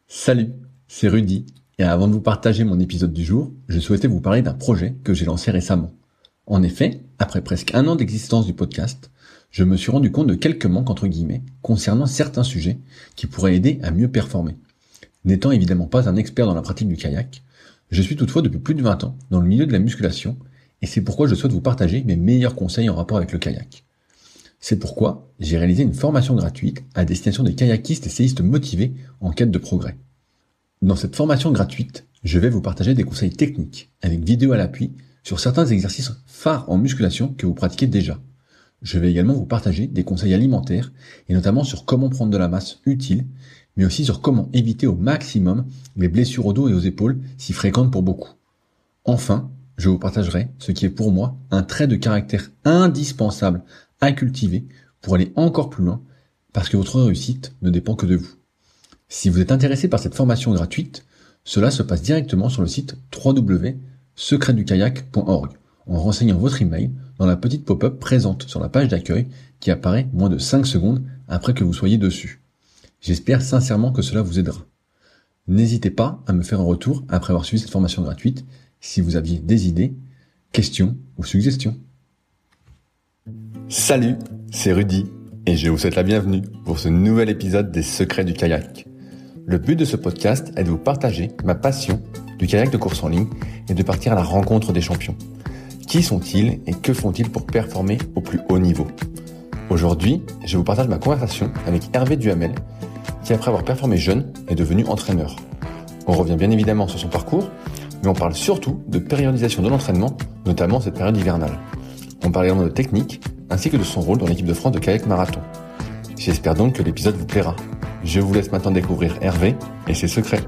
Salut, c'est Rudy, et avant de vous partager mon épisode du jour, je souhaitais vous parler d'un projet que j'ai lancé récemment. En effet, après presque un an d'existence du podcast, je me suis rendu compte de quelques manques entre guillemets concernant certains sujets qui pourraient aider à mieux performer. N'étant évidemment pas un expert dans la pratique du kayak, je suis toutefois depuis plus de 20 ans dans le milieu de la musculation, et c'est pourquoi je souhaite vous partager mes meilleurs conseils en rapport avec le kayak. C'est pourquoi j'ai réalisé une formation gratuite à destination des kayakistes et séistes motivés en quête de progrès. Dans cette formation gratuite, je vais vous partager des conseils techniques avec vidéo à l'appui sur certains exercices phares en musculation que vous pratiquez déjà. Je vais également vous partager des conseils alimentaires et notamment sur comment prendre de la masse utile, mais aussi sur comment éviter au maximum les blessures au dos et aux épaules si fréquentes pour beaucoup. Enfin, je vous partagerai ce qui est pour moi un trait de caractère indispensable à cultiver pour aller encore plus loin, parce que votre réussite ne dépend que de vous. Si vous êtes intéressé par cette formation gratuite, cela se passe directement sur le site www.secretdukayak.org en renseignant votre email dans la petite pop-up présente sur la page d'accueil qui apparaît moins de 5 secondes après que vous soyez dessus. J'espère sincèrement que cela vous aidera. N'hésitez pas à me faire un retour après avoir suivi cette formation gratuite si vous aviez des idées, questions ou suggestions. Salut, c'est Rudy et je vous souhaite la bienvenue pour ce nouvel épisode des Secrets du kayak. Le but de ce podcast est de vous partager ma passion du kayak de course en ligne et de partir à la rencontre des champions. Qui sont-ils et que font-ils pour performer au plus haut niveau ? Aujourd'hui, je vous partage ma conversation avec Hervé Duhamel qui, après avoir performé jeune, est devenu entraîneur. On revient bien évidemment sur son parcours, mais on parle surtout de périodisation de l'entraînement, notamment cette période hivernale. On parle également de technique, ainsi que de son rôle dans l'équipe de France de kayak marathon. J'espère donc que l'épisode vous plaira. Je vous laisse maintenant découvrir Hervé et ses secrets.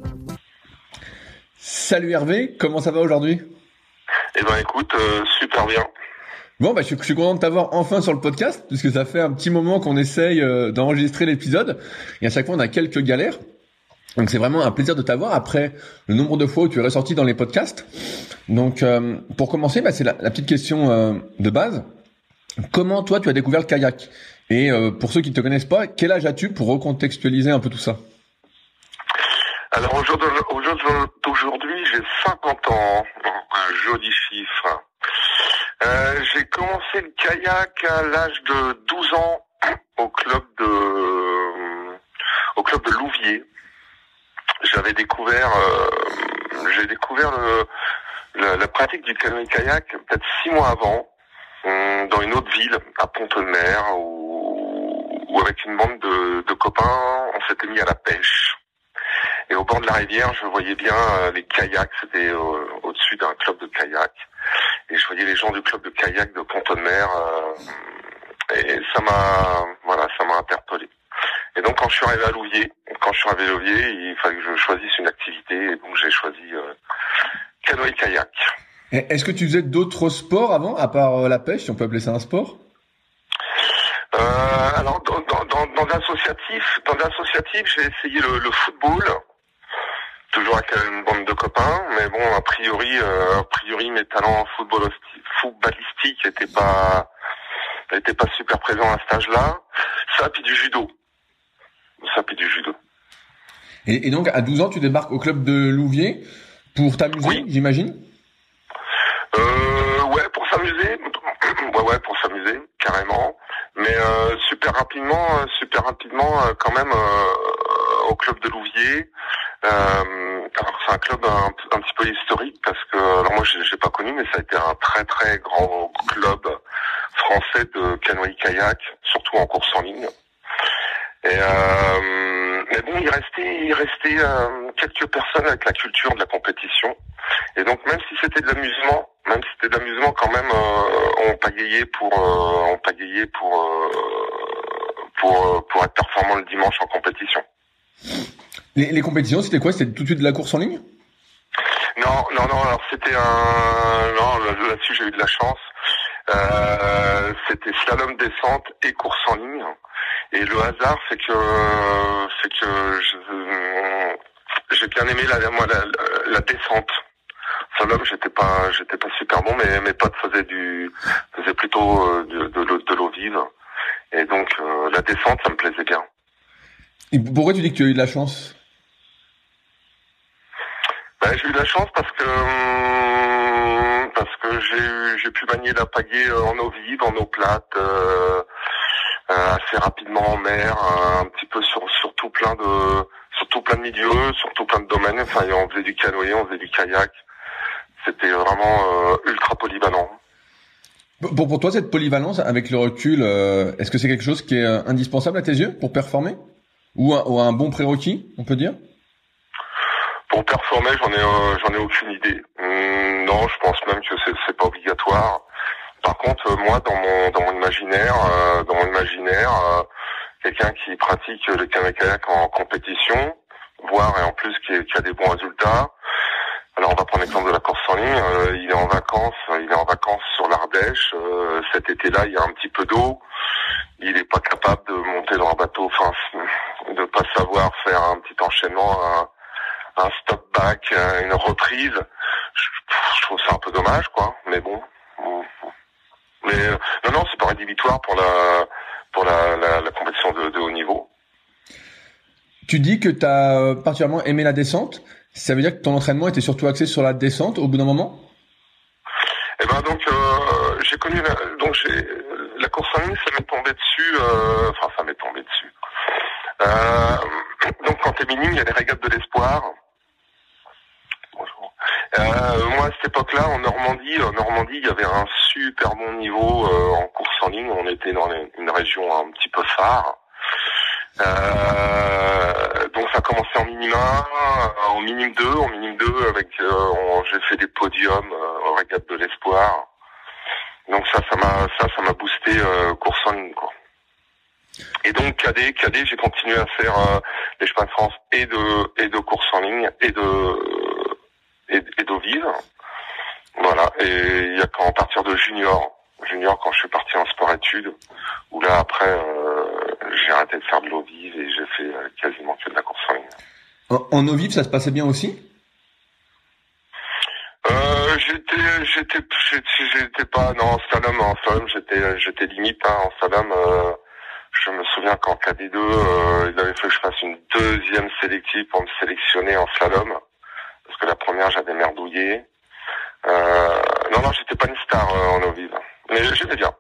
Salut Hervé, comment ça va aujourd'hui ? Eh ben écoute, super bien. Bon, je suis content de t'avoir enfin sur le podcast, puisque ça fait un petit moment qu'on essaye d'enregistrer l'épisode, et à chaque fois on a quelques galères. Donc c'est vraiment un plaisir de t'avoir après le nombre de fois où tu es ressorti dans les podcasts. Donc pour commencer, c'est la petite question de base. Comment toi tu as découvert le kayak ? Et pour ceux qui ne te connaissent pas, quel âge as-tu pour recontextualiser un peu tout ça ? Alors aujourd'hui j'ai 50 ans, un joli chiffre. J'ai commencé le kayak à l'âge de 12 ans au club de Louviers. J'ai découvert la pratique du canoë-kayak peut-être 6 mois avant, dans une autre ville, à Pont-de-Mer, où avec une bande de copains, on s'était mis à la pêche. Et au bord de la rivière, je voyais bien les kayaks, c'était au-dessus d'un club de kayak. Et je voyais les gens du club de kayak de Pont-de-Mer, et ça m'a interpellé. Et donc quand je suis arrivé à Louviers, il fallait que je choisisse une activité, et donc j'ai choisi canoë-kayak. Est-ce que tu faisais d'autres sports avant, à part la pêche, si on peut appeler ça un sport ? Alors dans l'associatif, j'ai essayé le football, toujours avec une bande de copains, mais bon, a priori mes talents footballistiques étaient pas super présents à cet âge-là. Ça puis du judo. Et donc à 12 ans, tu débarques au club de Louviers pour t'amuser, oui. J'imagine ? Ouais, pour s'amuser. Ouais, pour s'amuser, carrément. Mais super rapidement, quand même, au club de Louviers. Alors c'est un club un petit peu historique parce que, alors moi j'ai pas connu, mais ça a été un très très grand club français de canoë-kayak, surtout en course en ligne. Et mais bon, il restait quelques personnes avec la culture de la compétition. Et donc même si c'était de l'amusement quand même, on pagayait pour être performant le dimanche en compétition. Les compétitions, c'était quoi ? C'était tout de suite de la course en ligne ? Non, alors là-dessus j'ai eu de la chance. C'était slalom descente et course en ligne. Et le hasard, c'est que j'ai bien aimé la descente. Slalom, j'étais pas super bon, mais mes potes faisaient plutôt de l'eau vive. Et donc la descente, ça me plaisait bien. Et pourquoi tu dis que tu as eu de la chance ? J'ai eu de la chance parce que j'ai pu manier la pagaie en eau vive, en eau plate, assez rapidement en mer, un petit peu sur tout plein de milieux, sur tout plein de domaines. Enfin, on faisait du canoë, on faisait du kayak. C'était vraiment ultra polyvalent. Pour toi, cette polyvalence, avec le recul, est-ce que c'est quelque chose qui est indispensable à tes yeux pour performer, ou un bon prérequis, on peut dire? Pour performer, j'en ai aucune idée. Non, je pense même que c'est pas obligatoire. Par contre, moi, dans mon imaginaire, quelqu'un qui pratique le canoë-kayak en compétition, voire et en plus qui a des bons résultats. Alors, on va prendre l'exemple de la course en ligne. Il est en vacances sur l'Ardèche. Cet été-là, il y a un petit peu d'eau. Il n'est pas capable de monter dans un bateau, enfin, de pas savoir faire un petit enchaînement, un stop back, une reprise. Je trouve ça un peu dommage, quoi. Mais bon. Mais non, c'est pas rédhibitoire pour la compétition de haut niveau. Tu dis que tu as particulièrement aimé la descente. Ça veut dire que ton entraînement était surtout axé sur la descente au bout d'un moment? Eh ben donc j'ai connu la course en ligne, ça m'est tombé dessus. Ça m'est tombé dessus. Donc quand t'es minime, il y a les régates de l'espoir. Bonjour. Moi à cette époque-là, en Normandie, il y avait un super bon niveau en course en ligne. On était dans une région un petit peu phare. Donc ça a commencé en minime 1, en minime 2 avec j'ai fait des podiums aux régates de l'espoir. Donc ça m'a boosté course en ligne, quoi. Et donc cadet, j'ai continué à faire les chemins de France et de course en ligne et d'eau vive. Voilà. Et il y a qu'à partir de junior quand je suis parti en sport-études, où là après j'ai arrêté de faire de l'eau vive et j'ai fait quasiment que de la course en ligne. En eau vive, ça se passait bien aussi? J'étais pas, non, en slalom, j'étais limite, en slalom, je me souviens qu'en KD2, il avait fait que je fasse une deuxième sélective pour me sélectionner en slalom, parce que la première, j'avais merdouillé. Non, j'étais pas une star en eau vive, mais j'aimais bien.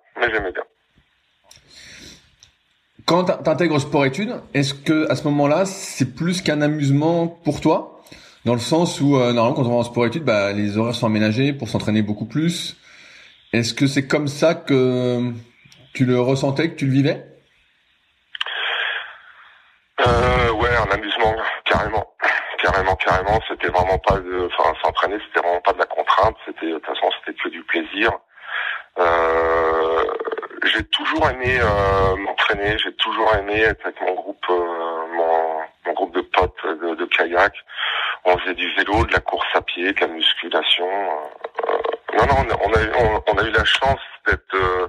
Quand t'intègres sport-études, est-ce que à ce moment-là, c'est plus qu'un amusement pour toi? Dans le sens où, normalement, quand on va en sport-études, les horaires sont aménagés pour s'entraîner beaucoup plus. Est-ce que c'est comme ça que tu le ressentais, que tu le vivais? Ouais, un amusement, carrément. C'était vraiment pas s'entraîner, c'était vraiment pas de la contrainte. De toute façon, c'était que du plaisir. J'ai toujours aimé m'entraîner, j'ai toujours aimé être avec mon groupe, mon groupe de potes de kayak. On faisait du vélo, de la course à pied, de la musculation. On a eu la chance d'être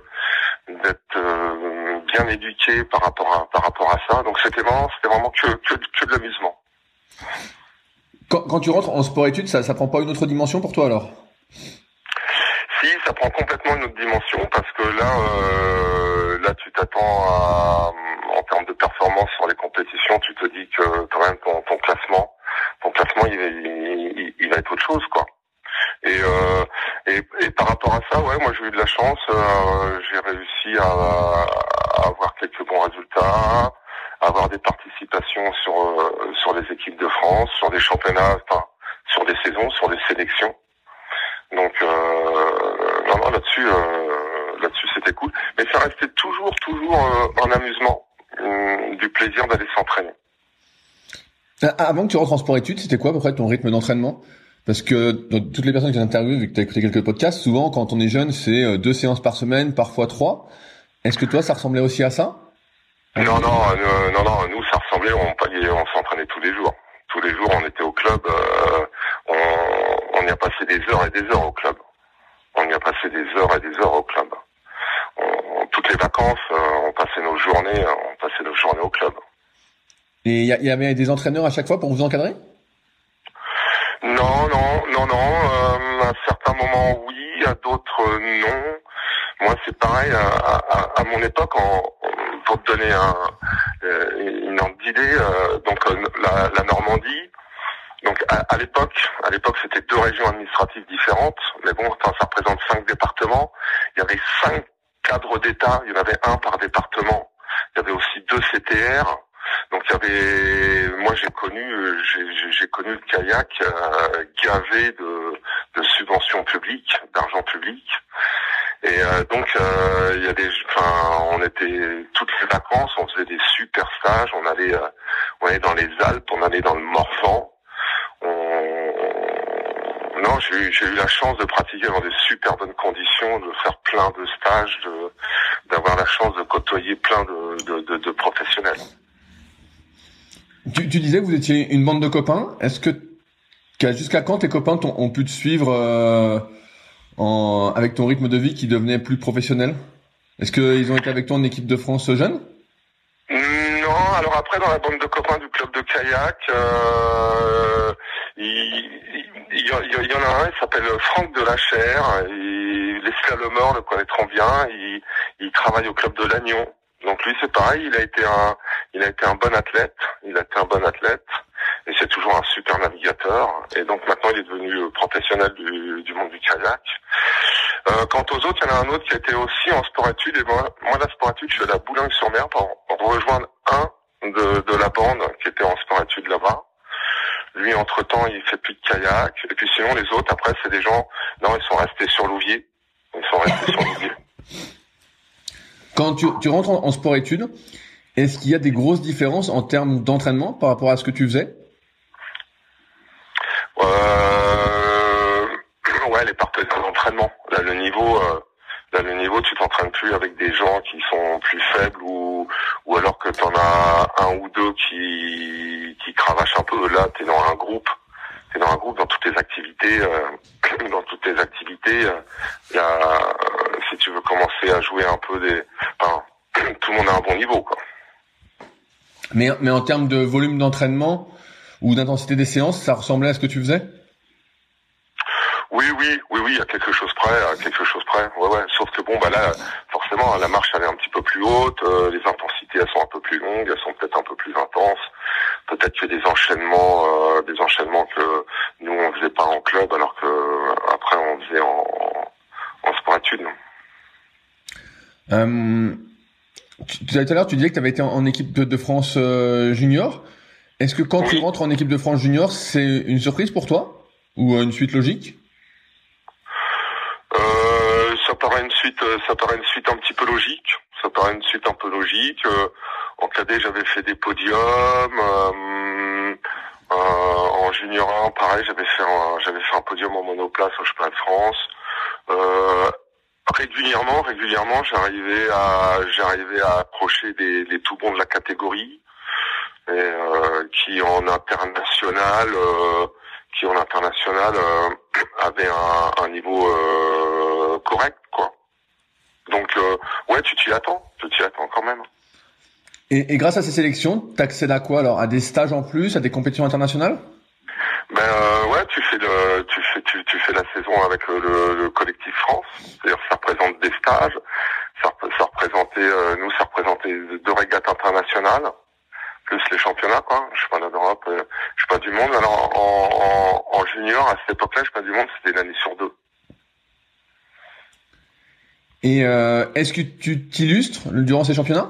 bien éduqué par rapport à ça. Donc c'était vraiment que de l'amusement. Quand tu rentres en sport-études, ça prend pas une autre dimension pour toi alors? Si, ça prend complètement une autre dimension parce que là tu t'attends en termes de performance sur les compétitions, tu te dis que quand même ton classement il va être autre chose, quoi. Et par rapport à ça, ouais, moi j'ai eu de la chance, j'ai réussi à avoir quelques bons résultats, à avoir des participations sur les équipes de France, sur des championnats, sur des saisons, sur des sélections. Donc non, là-dessus c'était cool, mais ça restait toujours un amusement, du plaisir d'aller s'entraîner. Avant que tu rentres en sport-études, c'était quoi à peu près ton rythme d'entraînement? Parce que dans toutes les personnes que j'ai interviewées, vu que tu as écouté quelques podcasts, souvent quand on est jeune, c'est 2 séances par semaine, parfois 3. Est-ce que toi, ça ressemblait aussi à ça? Non, nous ça ressemblait, on s'entraînait tous les jours. Tous les jours, on était au club, on y a passé des heures et des heures au club. Toutes les vacances, on passait nos journées au club. Et il y avait des entraîneurs à chaque fois pour vous encadrer? Non. À certains moments, oui, à d'autres, non. Moi, c'est pareil. À mon époque, pour te donner une ordre d'idée, donc la Normandie, Donc à l'époque, c'était 2 régions administratives différentes, mais bon, ça représente 5 départements. Il y avait 5 cadres d'État, il y en avait un par département. Il y avait aussi 2 CTR. Donc il y avait, moi j'ai connu le kayak gavé de subventions publiques, d'argent public. Et donc il y a on était toutes les vacances, on faisait des super stages, on allait dans les Alpes, on allait dans le Morvan. Non, j'ai eu la chance de pratiquer dans des super bonnes conditions, de faire plein de stages, d'avoir la chance de côtoyer plein de professionnels. Tu disais que vous étiez une bande de copains. Est-ce que jusqu'à quand tes copains ont pu te suivre avec ton rythme de vie qui devenait plus professionnel? Est-ce qu'ils ont été avec toi en équipe de France jeune? Non, alors après dans la bande de copains du club de kayak, il y en a un, il s'appelle Franck Delachère, les slalomeurs le connaîtront bien, il travaille au club de Lannion. Donc lui c'est pareil, il a été un bon athlète, et c'est toujours un super navigateur, et donc maintenant il est devenu professionnel du monde du kayak. Quant aux autres, il y en a un autre qui a été aussi en sport-études, et moi la sport-études, je suis à la Boulogne-sur-Mer pour rejoindre un de la bande qui était en sport-études là-bas. Lui, entre-temps, il fait plus de kayak, et puis sinon les autres, après, c'est des gens, non, ils sont restés sur Louviers. Quand tu rentres en sport-études, est-ce qu'il y a des grosses différences en termes d'entraînement par rapport à ce que tu faisais? Ouais, les partenaires d'entraînement. Là, le niveau, tu t'entraînes plus avec des gens qui sont plus faibles ou alors que t'en as un ou deux qui cravachent un peu. Là, t'es dans un groupe dans toutes tes activités. Si tu veux commencer à jouer un peu tout le monde a un bon niveau, quoi. Mais en termes de volume d'entraînement ou d'intensité des séances, ça ressemblait à ce que tu faisais? Oui, il y a quelque chose près. Ouais. Sauf que bon, là, forcément, la marche elle est un petit peu plus haute, les intensités elles sont un peu plus longues, elles sont peut-être un peu plus intenses. Peut-être qu'il y a des enchaînements que nous on faisait pas en club, alors que après on faisait en sport-études. Tout à l'heure, tu disais que tu avais été en équipe de France junior. Est-ce que quand tu rentres en équipe de France junior, c'est une surprise pour toi ou une suite logique? Ça paraît une suite un petit peu logique. En cadet, j'avais fait des podiums. En junior 1, pareil, j'avais fait un podium en monoplace au championnat de France. Régulièrement, j'arrivais à accrocher les tout bons de la catégorie, et qui en international avait un niveau correct, quoi. Donc ouais, tu t'y attends quand même. Et grâce à ces sélections, t'accèdes à quoi alors? À des stages en plus, à des compétitions internationales? Ouais, tu fais la saison avec le collectif France. C'est-à-dire ça représente des stages, ça représentait 2 régates internationales, plus les championnats, quoi. Championnat d'Europe, championnat du monde. Alors en junior, à cette époque-là, championnat du monde, c'était une année sur 2. Et est-ce que tu t'illustres durant ces championnats?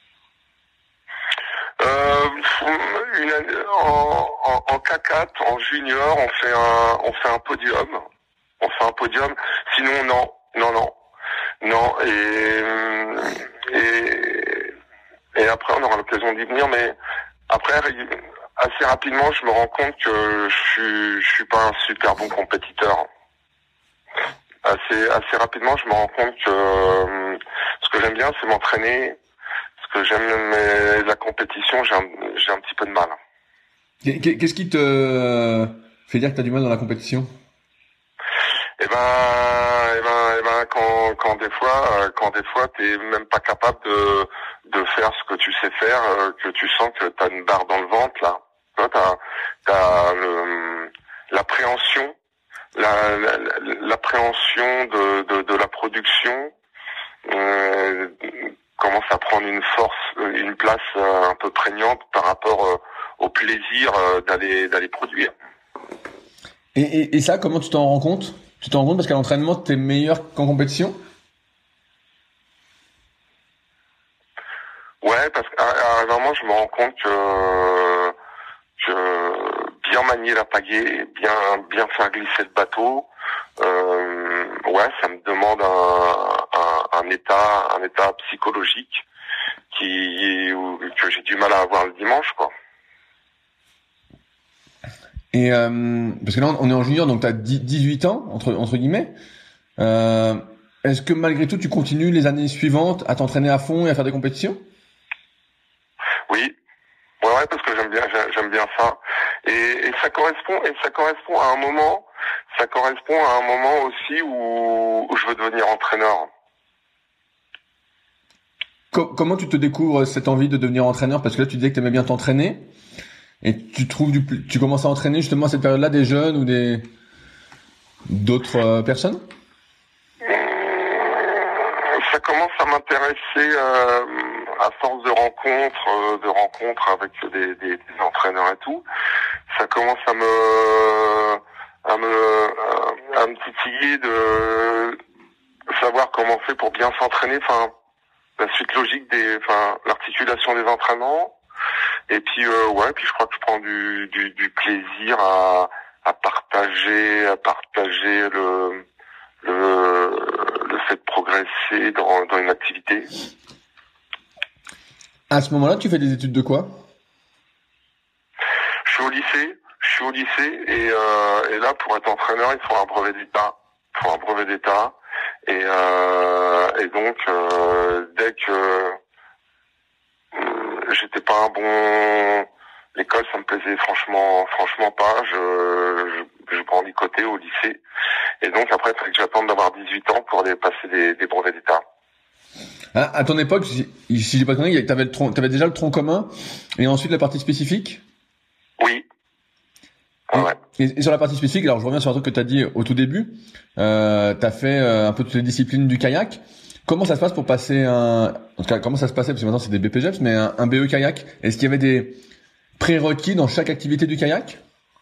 En K4, en junior, on fait un podium. Sinon, non. Et après, on aura l'occasion d'y venir. Mais après, assez rapidement, je me rends compte que je suis pas un super bon compétiteur. Assez rapidement, je me rends compte que ce que j'aime bien, c'est m'entraîner. Ce que j'aime, la compétition, j'ai un petit peu de mal. Qu'est-ce qui te fait dire que tu as du mal dans la compétition? Quand des fois t'es même pas capable de faire ce que tu sais faire, que tu sens que t'as une barre dans le ventre là. T'as l'appréhension, l'appréhension de la production commence à prendre une place un peu prégnante par rapport au plaisir d'aller produire. Et ça, comment tu t'en rends compte? Tu t'en rends compte parce qu'à l'entraînement, t'es meilleur qu'en compétition? Ouais, parce qu'à un moment, je me rends compte que bien manier la pagaie, bien faire glisser le bateau, ouais, ça me demande un état psychologique que j'ai du mal à avoir le dimanche, quoi. Et parce que là, on est en junior, donc t'as 18 ans, entre guillemets. Est-ce que malgré tout, tu continues les années suivantes à t'entraîner à fond et à faire des compétitions? Oui, ouais, parce que j'aime bien ça. Et ça correspond à un moment, aussi où je veux devenir entraîneur. Comment tu te découvres cette envie de devenir entraîneur? Parce que là, tu disais que tu aimais bien t'entraîner et tu commences à entraîner justement à cette période-là des jeunes ou d'autres personnes? Ça commence à m'intéresser à force de rencontres avec des entraîneurs et tout. Ça commence à me titiller de savoir comment on fait pour bien s'entraîner. Enfin, la suite logique l'articulation des entraînements. Et puis ouais, puis je crois que je prends du plaisir à partager le fait de progresser dans une activité. À ce moment-là, tu fais des études de quoi? Je suis au lycée et là, pour être entraîneur, il faut un brevet d'État. Et donc, dès que j'étais pas un bon, l'école, ça me plaisait franchement pas. Je brandicotais au lycée. Et donc après, il fallait que j'attende d'avoir 18 ans pour aller passer des brevets d'État. Ah, à ton époque, si j'ai pas de conneries, t'avais déjà le tronc commun et ensuite la partie spécifique? Oui. Ah ouais. Et sur la partie spécifique, alors je reviens sur un truc que t'as dit au tout début. T'as fait un peu toutes les disciplines du kayak. Comment ça se passe pour passer en tout cas, comment ça se passait, parce que maintenant c'est des BPGEPS, mais un BE kayak? Est-ce qu'il y avait des prérequis dans chaque activité du kayak?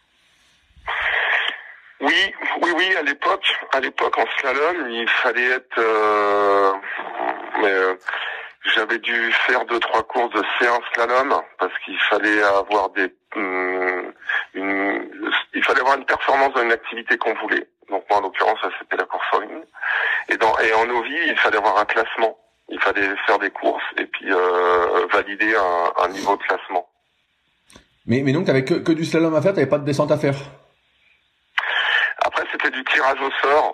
Oui, à l'époque en slalom, il fallait être, j'avais dû faire 2-3 courses de C1 slalom parce qu'il fallait avoir il fallait avoir une performance dans une activité qu'on voulait. Donc moi en l'occurrence, ça c'était la course en ligne. Et en Ovi, il fallait avoir un classement. Il fallait faire des courses et puis valider un niveau de classement. Mais donc t'avais que du slalom à faire, t'avais pas de descente à faire? Après, c'était du tirage au sort.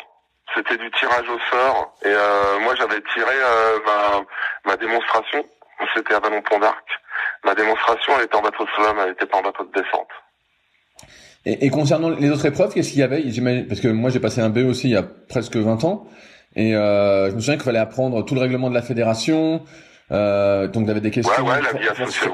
Et moi, j'avais tiré ma démonstration. C'était à Vallon-Pont d'Arc. Ma démonstration, elle était en bateau de slalom, elle était pas en bateau de descente. Et concernant les autres épreuves, qu'est-ce qu'il y avait? Parce que moi, j'ai passé un BE aussi il y a presque 20 ans. Et je me souviens qu'il fallait apprendre tout le règlement de la fédération. Donc, t'avais des questions. Ouais, la vie associée.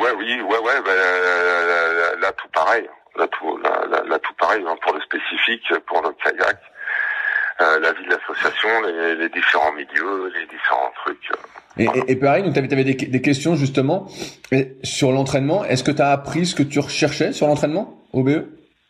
Là, tout pareil. Là, tout pareil, hein, pour le spécifique, pour le kayak, la vie de l'association, les différents milieux, les différents trucs. Voilà. Et pareil, donc t'avais des questions justement sur l'entraînement. Est-ce que t'as appris ce que tu recherchais sur l'entraînement au BE?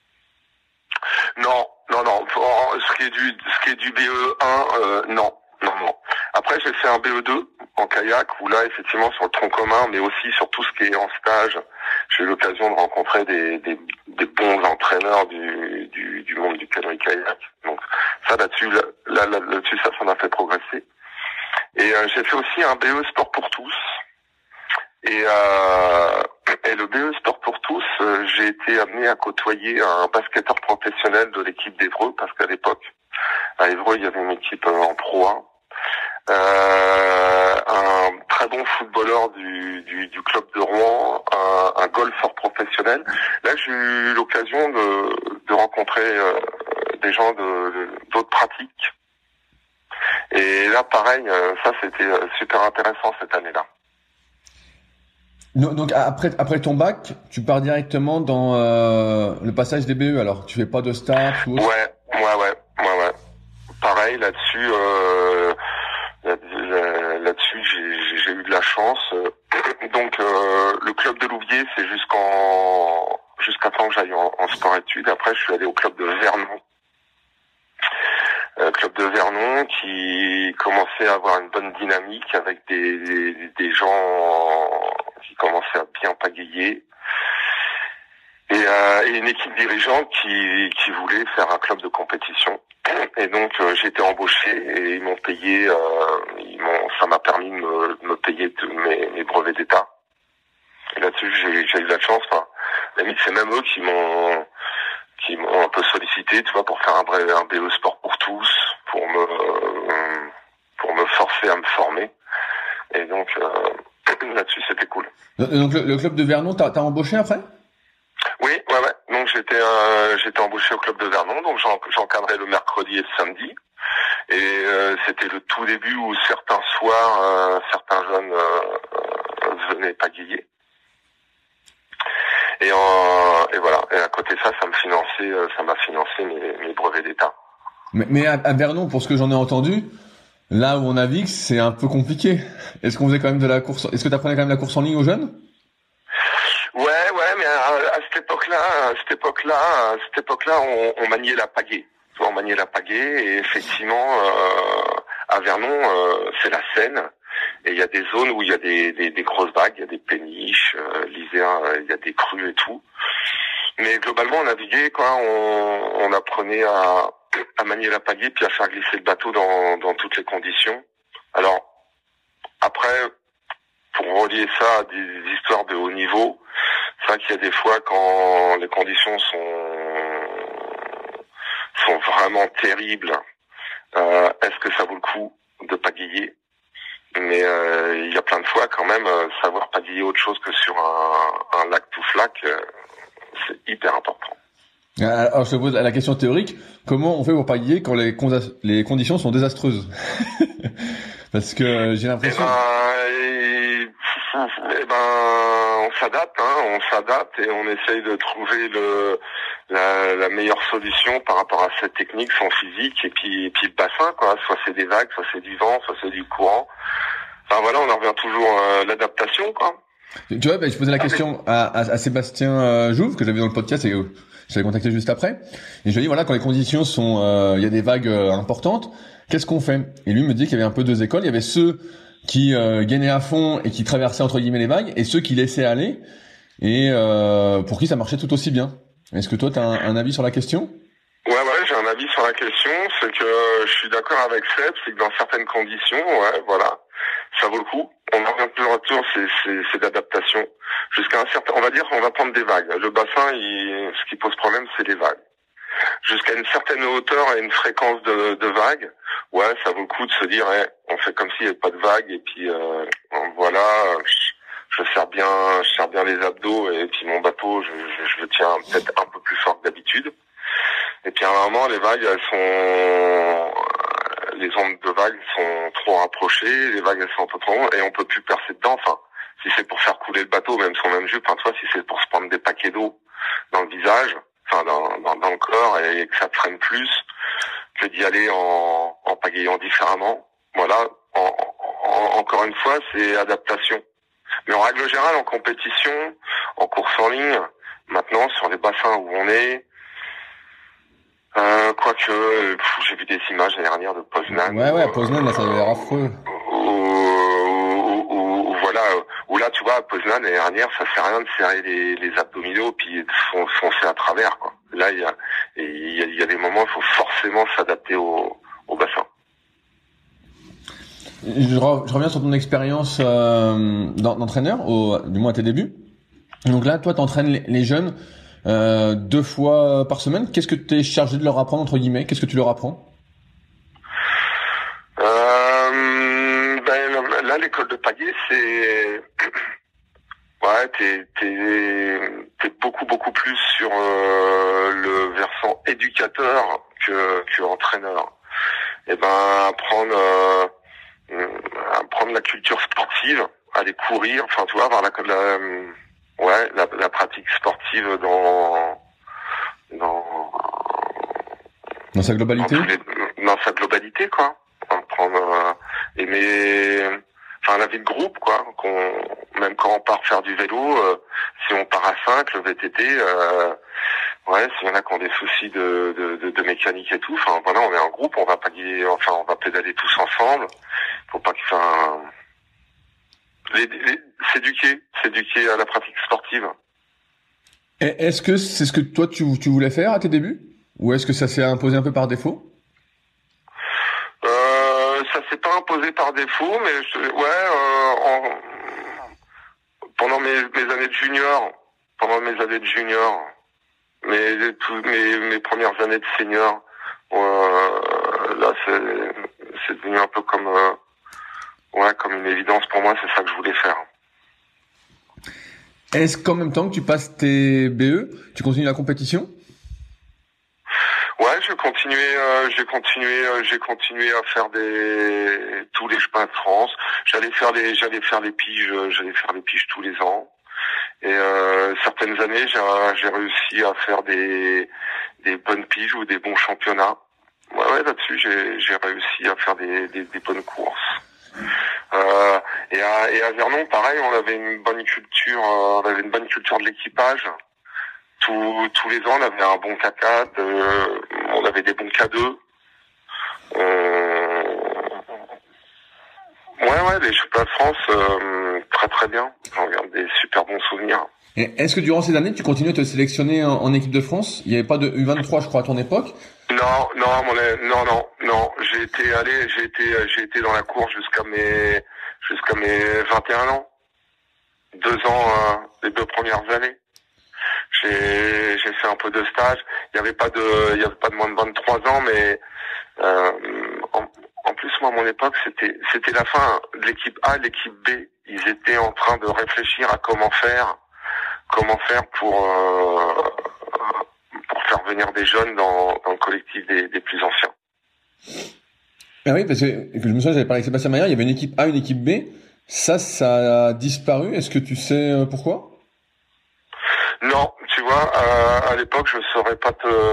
Non. Ce qui est du BE1, non. Après, j'ai fait un BE2 en kayak où là, effectivement, sur le tronc commun, mais aussi sur tout ce qui est en stage, j'ai eu l'occasion de rencontrer des bons entraîneurs du monde du canoë-kayak. Donc ça, là-dessus, ça m'a fait progresser. Et j'ai fait aussi un BE sport pour tous. Et le BE sport pour tous, j'ai été amené à côtoyer un basketteur professionnel de l'équipe d'Évreux, parce qu'à l'époque, à Évreux, il y avait une équipe en Pro 1. Un très bon footballeur du club de Rouen, un golfeur professionnel. Là, j'ai eu l'occasion de rencontrer des gens d'autres pratiques. Et là, pareil, ça c'était super intéressant cette année-là. Donc après ton bac, tu pars directement dans le passage des BE. Alors, tu fais pas de start ou autre? Ouais. Pareil là-dessus. Là-dessus, j'ai eu de la chance. Donc, le club de Louviers, c'est jusqu'à temps que j'aille en sport-études. Après, je suis allé au club de Vernon, club de Vernon qui commençait à avoir une bonne dynamique avec des gens qui commençaient à bien pagayer et une équipe dirigeante qui voulait faire un club de compétition. Et donc j'ai été embauché et ils m'ont payé, ça m'a permis de me payer mes brevets d'État. Et là-dessus j'ai eu la chance. Enfin, c'est même eux qui m'ont un peu sollicité, tu vois, pour faire un BE sport pour tous, pour me forcer à me former. Et donc là-dessus c'était cool. Donc le club de Vernon, t'as embauché après? Oui, ouais. Donc j'étais embauché au club de Vernon, donc j'encadrais le mercredi et le samedi. Et c'était le tout début où certains soirs, certains jeunes venaient pagayer. Et voilà. Et à côté de ça, ça m'a financé mes brevets d'État. Mais à Vernon, pour ce que j'en ai entendu, là où on navigue, c'est un peu compliqué. Est-ce qu'on faisait quand même de la course? Est-ce que t'apprenais quand même la course en ligne aux jeunes? Ouais, mais à cette époque-là, on maniait la pagaie. Tu vois, on maniait la pagaie et effectivement, à Vernon, c'est la Seine. Et il y a des zones où il y a des grosses vagues, il y a des péniches, l'hiver, il y a des crues et tout. Mais globalement, on naviguait, quoi. On apprenait à manier la pagaie puis à faire glisser le bateau dans toutes les conditions. Alors, après, pour relier ça à des histoires de haut niveau, c'est vrai qu'il y a des fois quand les conditions sont vraiment terribles, est-ce que ça vaut le coup de pagayer? Mais il y a plein de fois quand même, savoir pagayer autre chose que sur un lac tout flac, c'est hyper important. Alors je te pose la question théorique, comment on fait pour pagayer quand les conditions sont désastreuses? Parce que j'ai l'impression... on s'adapte et on essaye de trouver la meilleure solution par rapport à cette technique, son physique et puis le bassin, quoi. Soit c'est des vagues, soit c'est du vent, soit c'est du courant. Enfin voilà, on en revient toujours à l'adaptation, quoi. Tu vois, je posais la question à Sébastien Jouve, que j'avais dans le podcast et je l'avais contacté juste après. Et je lui ai dit, voilà, quand les conditions sont, il y a des vagues importantes, qu'est-ce qu'on fait? Et lui me dit qu'il y avait un peu deux écoles. Il y avait ceux qui gainaient à fond et qui traversaient entre guillemets les vagues, et ceux qui laissaient aller, et pour qui ça marchait tout aussi bien. Est-ce que toi, tu as un avis sur la question? Ouais, j'ai un avis sur la question. C'est que je suis d'accord avec Seb, c'est que dans certaines conditions, ouais, voilà, ça vaut le coup. On en revient toujours à tour, c'est d'adaptation. Jusqu'à un certain, on va dire, on va prendre des vagues. Le bassin, ce qui pose problème, c'est les vagues. Jusqu'à une certaine hauteur et une fréquence de vagues, ouais, ça vaut le coup de se dire, on fait comme s'il n'y avait pas de vagues, et puis voilà, je serre bien les abdos, et puis mon bateau, je le tiens peut-être un peu plus fort que d'habitude. Et puis à un moment, les vagues, les ondes de vagues sont trop rapprochées, les vagues elles sont un peu trop longues, et on peut plus percer dedans. Enfin, si c'est pour faire couler le bateau, même son même jupe, enfin, toi, si c'est pour se prendre des paquets d'eau dans le visage, enfin dans le corps, et que ça traîne plus que d'y aller en pagayant différemment. Voilà, encore une fois, c'est adaptation. Mais en règle générale, en compétition, en course en ligne, maintenant sur les bassins où on est, quoique j'ai vu des images l'année dernière de Poznan. Ouais, à Poznan, là, ça avait l'air affreux. Où là, tu vois, à Poznan, l'année dernière, ça sert à rien de serrer les abdominaux puis de foncer à travers, quoi. Là, il y a des moments où il faut forcément s'adapter au bassin. Je reviens sur ton expérience d'entraîneur, du moins à tes débuts. Donc là, toi, t'entraînes les jeunes 2 fois par semaine. Qu'est-ce que tu es chargé de leur apprendre, entre guillemets? Qu'est-ce que tu leur apprends? Là, l'école de pagaie, c'est... Ouais, t'es beaucoup plus sur le versant éducateur que entraîneur. Et apprendre la culture sportive, aller courir, enfin tu vois, avoir la pratique sportive dans sa globalité. Dans sa globalité, quoi. Apprendre la vie de groupe, quoi. Même quand on part faire du vélo, si on part à 5, le VTT, Ouais, s'il y en a qui ont des soucis de mécanique et tout, enfin voilà, on est un groupe, on va pédaler tous ensemble. Faut pas que s'éduquer à la pratique sportive. Et est-ce que c'est ce que toi tu voulais faire à tes débuts, ou est-ce que ça s'est imposé un peu par défaut? Ça s'est pas imposé par défaut, mais pendant mes années de junior, mes premières années de senior, là c'est devenu un peu comme une évidence pour moi, c'est ça que je voulais faire. Est-ce qu'en même temps que tu passes tes BE, tu continues la compétition? Ouais, j'ai continué à faire tous les chemins de France. J'allais faire les piges tous les ans. Et certaines années, j'ai réussi à faire des bonnes piges ou des bons championnats. Ouais, là-dessus, j'ai réussi à faire des bonnes courses. Et à Vernon, pareil, on avait une bonne culture de l'équipage. Tous les ans, on avait un bon K4, on avait des bons K2. Les championnats de France, très très bien. J'en garde des super bons souvenirs. Et est-ce que durant ces années, tu continues à te sélectionner en équipe de France? Il n'y avait pas de U23, je crois, à ton époque? Non. J'ai été dans la course jusqu'à mes 21 ans. 2 ans, les 2 premières années. J'ai fait un peu de stage. Il y avait pas de moins de 23 ans, mais en plus moi à mon époque c'était la fin de l'équipe A, l'équipe B. Ils étaient en train de réfléchir à comment faire pour faire venir des jeunes dans le collectif des plus anciens. Ah oui, parce que je me souviens, j'avais parlé avec Sébastien Maillard, il y avait une équipe A, une équipe B. Ça a disparu. Est-ce que tu sais pourquoi? Non, tu vois, à l'époque, je saurais pas,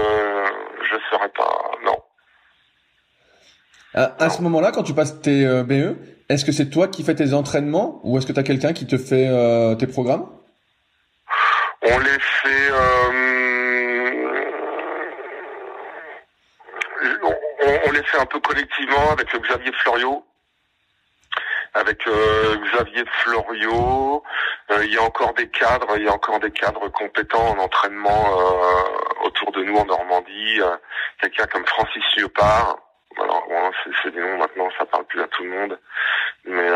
non. À ce moment-là, quand tu passes tes BE, est-ce que c'est toi qui fais tes entraînements ou est-ce que tu as quelqu'un qui te fait tes programmes? On les fait, on les fait un peu collectivement avec Xavier Fleuriot. Il y a encore des cadres compétents en entraînement autour de nous en Normandie. Quelqu'un comme Francis Liopard. Alors bon, c'est des noms maintenant, ça parle plus à tout le monde. Mais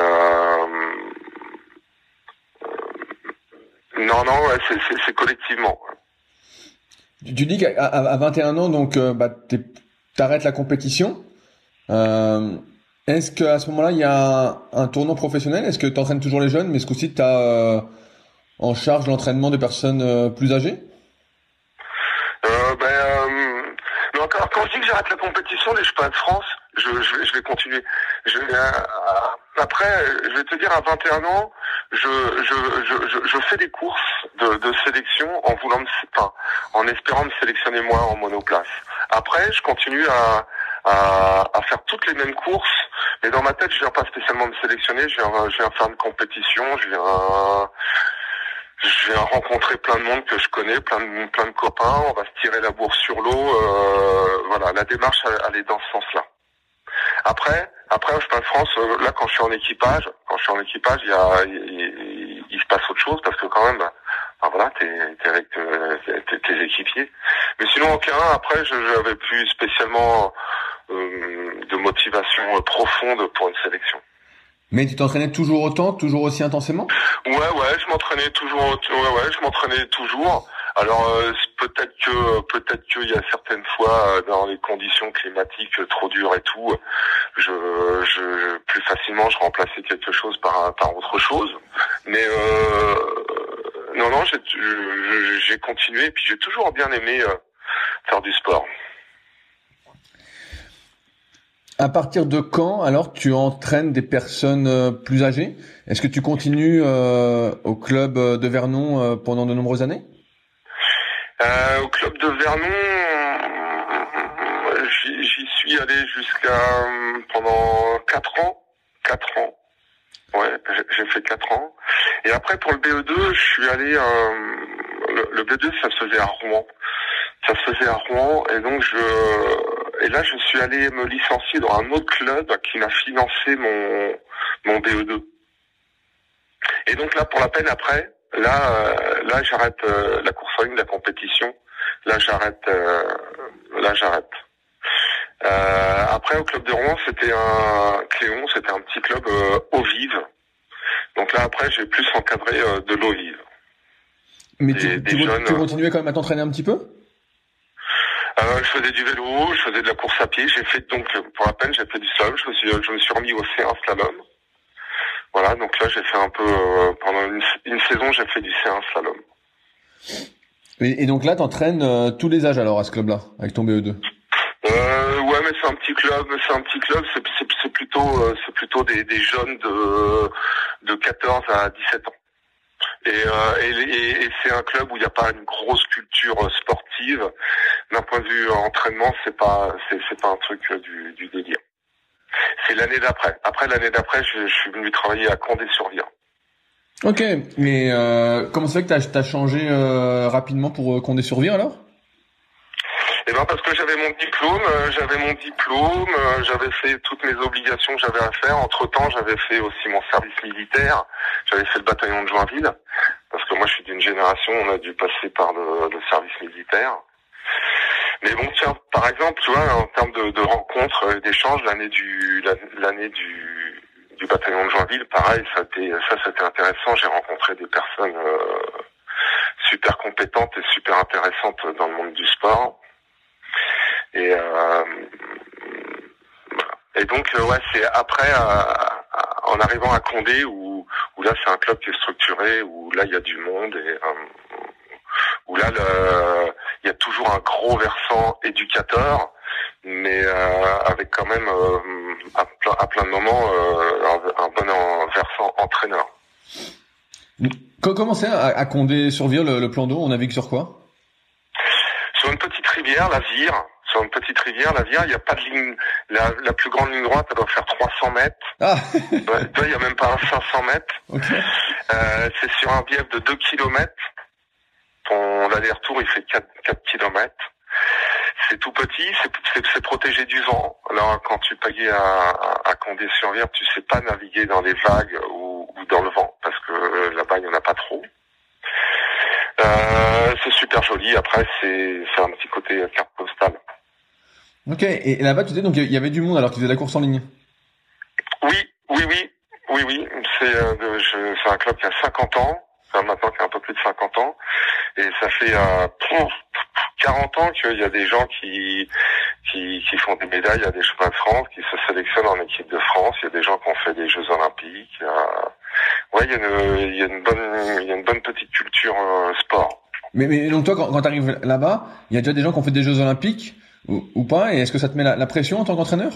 c'est collectivement. Tu dis qu'à 21 ans, donc t'arrêtes la compétition. Est-ce qu'à ce moment-là, il y a un tournant professionnel? Est-ce que tu entraînes toujours les jeunes, mais ce coup-ci, tu as en charge l'entraînement de personnes plus âgées? Non, quand je dis que j'arrête la compétition des championnats de France, je vais continuer. Après, je vais te dire, à 21 ans, je fais des courses de sélection en espérant me sélectionner moi en monoplace. Après, je continue à faire toutes les mêmes courses, mais dans ma tête, je viens pas spécialement me sélectionner, je viens faire une compétition, je viens rencontrer plein de monde que je connais, plein de copains, on va se tirer la bourse sur l'eau, voilà, la démarche, elle est dans ce sens-là. Après, au Chemin de France, là, quand je suis en équipage, il se passe autre chose parce que quand même, t'es avec tes équipiers. Mais sinon, après, je n'avais plus spécialement de motivation profonde pour une sélection. Mais tu t'entraînais toujours autant, toujours aussi intensément? Ouais, je m'entraînais toujours. Alors peut-être qu'il y a certaines fois dans les conditions climatiques trop dures et tout, je plus facilement je remplaçais quelque chose par autre chose. Mais non, j'ai continué et puis j'ai toujours bien aimé faire du sport. À partir de quand, alors, tu entraînes des personnes plus âgées? Est-ce que tu continues au club de Vernon pendant de nombreuses années? Au club de Vernon, j'y suis allé pendant 4 ans. 4 ans. Ouais, j'ai fait 4 ans. Et après, pour le BE2, je suis allé... le BE2, ça se faisait à Rouen. Ça se faisait à Rouen, et donc et là je suis allé me licencier dans un autre club qui m'a financé mon BE2. Et donc là, pour la peine après, là j'arrête la course en ligne, la compétition. Là j'arrête. Après au club de Rouen, c'était un Cléon, c'était un petit club eau vive. Donc là après, j'ai plus encadré de l'eau vive. Mais tu continuais quand même à t'entraîner un petit peu? Je faisais du vélo, je faisais de la course à pied. J'ai fait donc pour la peine, j'ai fait du slalom. Je me suis remis au C1 slalom. Voilà, donc là j'ai fait un peu pendant une saison, j'ai fait du C1 slalom. Et donc là, t'entraînes tous les âges alors à ce club-là, avec ton BE2? Ouais, mais c'est un petit club. C'est plutôt des jeunes de 14 à 17 ans. Et c'est un club où il n'y a pas une grosse culture sportive. D'un point de vue entraînement, c'est pas un truc du délire. C'est l'année d'après. Après l'année d'après, je suis venu travailler à Condé-sur-Vienne. Ok, mais comment ça fait que t'as changé rapidement pour Condé-sur-Vienne alors? Eh ben parce que j'avais mon diplôme, j'avais fait toutes mes obligations que j'avais à faire. Entre-temps, j'avais fait aussi mon service militaire. J'avais fait le bataillon de Joinville, parce que moi je suis d'une génération, on a dû passer par le service militaire. Mais bon, tiens, par exemple, tu vois, en termes de rencontres, d'échanges, l'année du bataillon de Joinville, pareil, c'était intéressant. J'ai rencontré des personnes super compétentes et super intéressantes dans le monde du sport. Et donc ouais, c'est après en arrivant à Condé où là c'est un club qui est structuré, où là il y a du monde et où là il y a toujours un gros versant éducateur, mais avec quand même à plein de moments un bon versant entraîneur. Comment c'est à Condé-sur-Vienne le plan d'eau? On navigue sur quoi? Sur une petite rivière, la Vire. Sur une petite rivière, la Vire, il n'y a pas de ligne. La plus grande ligne droite, elle doit faire 300 mètres. Ah. Il n'y a même pas 500 mètres. Okay. C'est sur un bief de 2 kilomètres. L'aller-retour, il fait 4 kilomètres. C'est tout petit, c'est protégé du vent. Alors, quand tu payais à Condé-sur-Vienne, tu sais pas naviguer dans les vagues ou dans le vent, parce que là-bas, il n'y en a pas trop. C'est super joli. Après, c'est un petit côté carte postale. Ok. Et là-bas, tu disais donc il y avait du monde alors qu'ils faisaient de la course en ligne. Oui. C'est un club qui a 50 ans. Enfin, maintenant qui a un peu plus de 50 ans. Et ça fait 40 ans qu'il y a des gens qui font des médailles. Il y a des chemins de France qui se sélectionnent en équipe de France. Il y a des gens qui ont fait des Jeux Olympiques. Ouais, il y a une bonne petite culture sport. Mais donc toi, quand t'arrives là-bas, il y a déjà des gens qui ont fait des Jeux Olympiques ou pas? Et est-ce que ça te met la pression en tant qu'entraîneur?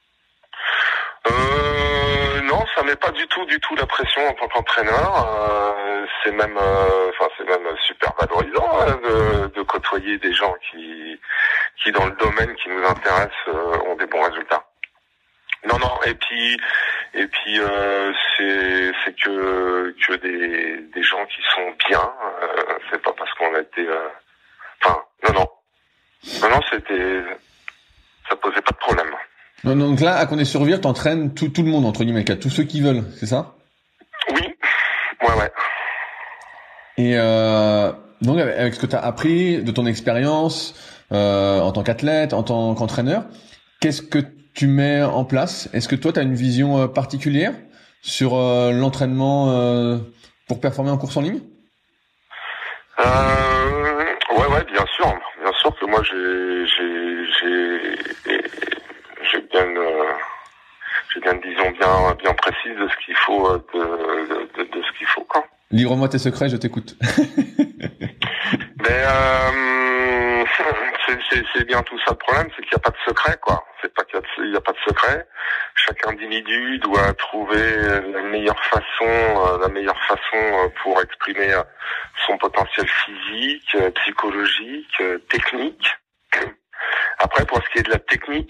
Non, ça met pas du tout la pression en tant qu'entraîneur. C'est même super valorisant de côtoyer des gens qui dans le domaine qui nous intéresse ont des bons résultats. Non, et puis c'est que des gens qui sont bien. C'est pas parce qu'on a été. Non, ça posait pas de problème. Non, donc là, à Condé-sur-Vienne, t'entraînes tout le monde entre guillemets, tous ceux qui veulent, c'est ça? Oui, ouais. Et donc avec ce que t'as appris de ton expérience en tant qu'athlète, en tant qu'entraîneur, qu'est-ce que tu mets en place? Est-ce que toi, tu as une vision particulière sur l'entraînement pour performer en course en ligne? Ouais, bien sûr. Bien sûr que moi, j'ai bien une vision bien précise de ce qu'il faut, de ce qu'il faut, quoi. Livre-moi tes secrets, je t'écoute. Mais c'est bien tout ça le problème, c'est qu'il n'y a pas de secret, quoi. C'est pas qu'il y a pas de secret. Chaque individu doit trouver la meilleure façon pour exprimer son potentiel physique, psychologique, technique. Après, pour ce qui est de la technique,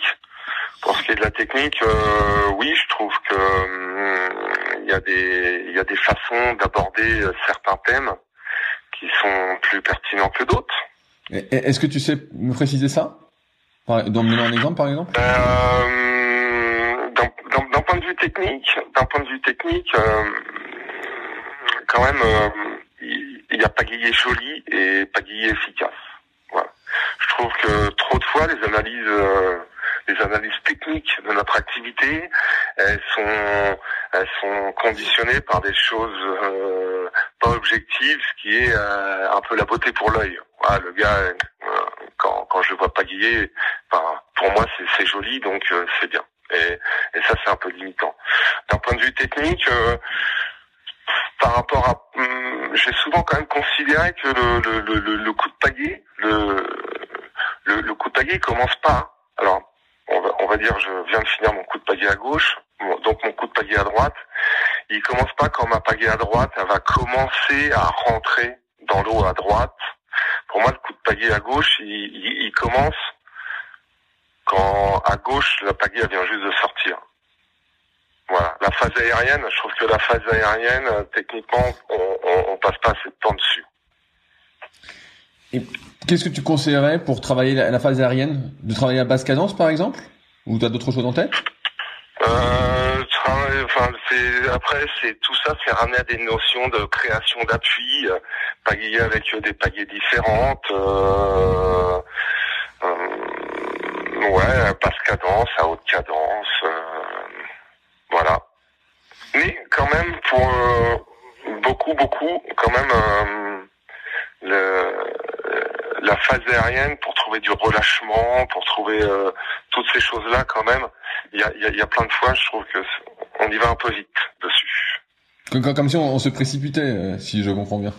oui, je trouve que il y a des façons d'aborder certains thèmes qui sont plus pertinents que d'autres. Est-ce que tu sais me préciser ça? Me donner un exemple, par exemple? D'un point de vue technique, quand même, il y a pagayer joli et pagayer efficace. Voilà. Je trouve que trop de fois les analyses techniques de notre activité, elles sont conditionnées par des choses pas objectives, ce qui est un peu la beauté pour l'œil. Voilà, le gars, quand je le vois pagayer, pour moi c'est joli, donc c'est bien. Et ça c'est un peu limitant. D'un point de vue technique, par rapport à, j'ai souvent quand même considéré que le coup de pagaie, le coup de pagaie commence pas. Alors, on va dire, je viens de finir mon coup de pagaie à gauche, donc mon coup de pagaie à droite. Il commence pas quand ma pagaie à droite, elle va commencer à rentrer dans l'eau à droite. Pour moi, le coup de pagaie à gauche, il commence quand à gauche, la pagaie elle vient juste de sortir. Voilà, la phase aérienne, je trouve que la phase aérienne, techniquement, on passe pas assez de temps dessus. Et qu'est-ce que tu conseillerais pour travailler la phase aérienne? De travailler à basse cadence, par exemple? Ou tu as d'autres choses en tête? Après, c'est tout ça, c'est ramener à des notions de création d'appui, pagayer avec des pagaies différentes, basse cadence, à haute cadence, voilà. Mais quand même, pour beaucoup, quand même, la phase aérienne, pour trouver du relâchement, pour trouver toutes ces choses-là, quand même, il y a plein de fois, je trouve que on y va un peu vite dessus. Comme si on se précipitait, si je comprends bien.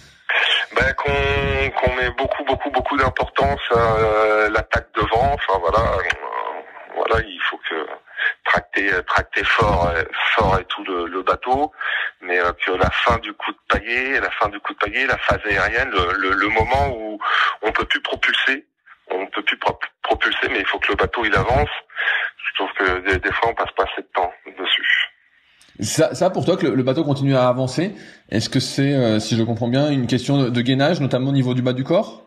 Qu'on met beaucoup d'importance à l'attaque devant. Enfin voilà, il faut que tracter fort et tout le bateau, mais que la fin du coup de pagaie, la phase aérienne, le moment où on peut plus propulser, mais il faut que le bateau il avance. Je trouve que des fois on passe pas assez de temps dessus. Ça pour toi, que le bateau continue à avancer, est-ce que c'est, si je comprends bien, une question de gainage, notamment au niveau du bas du corps?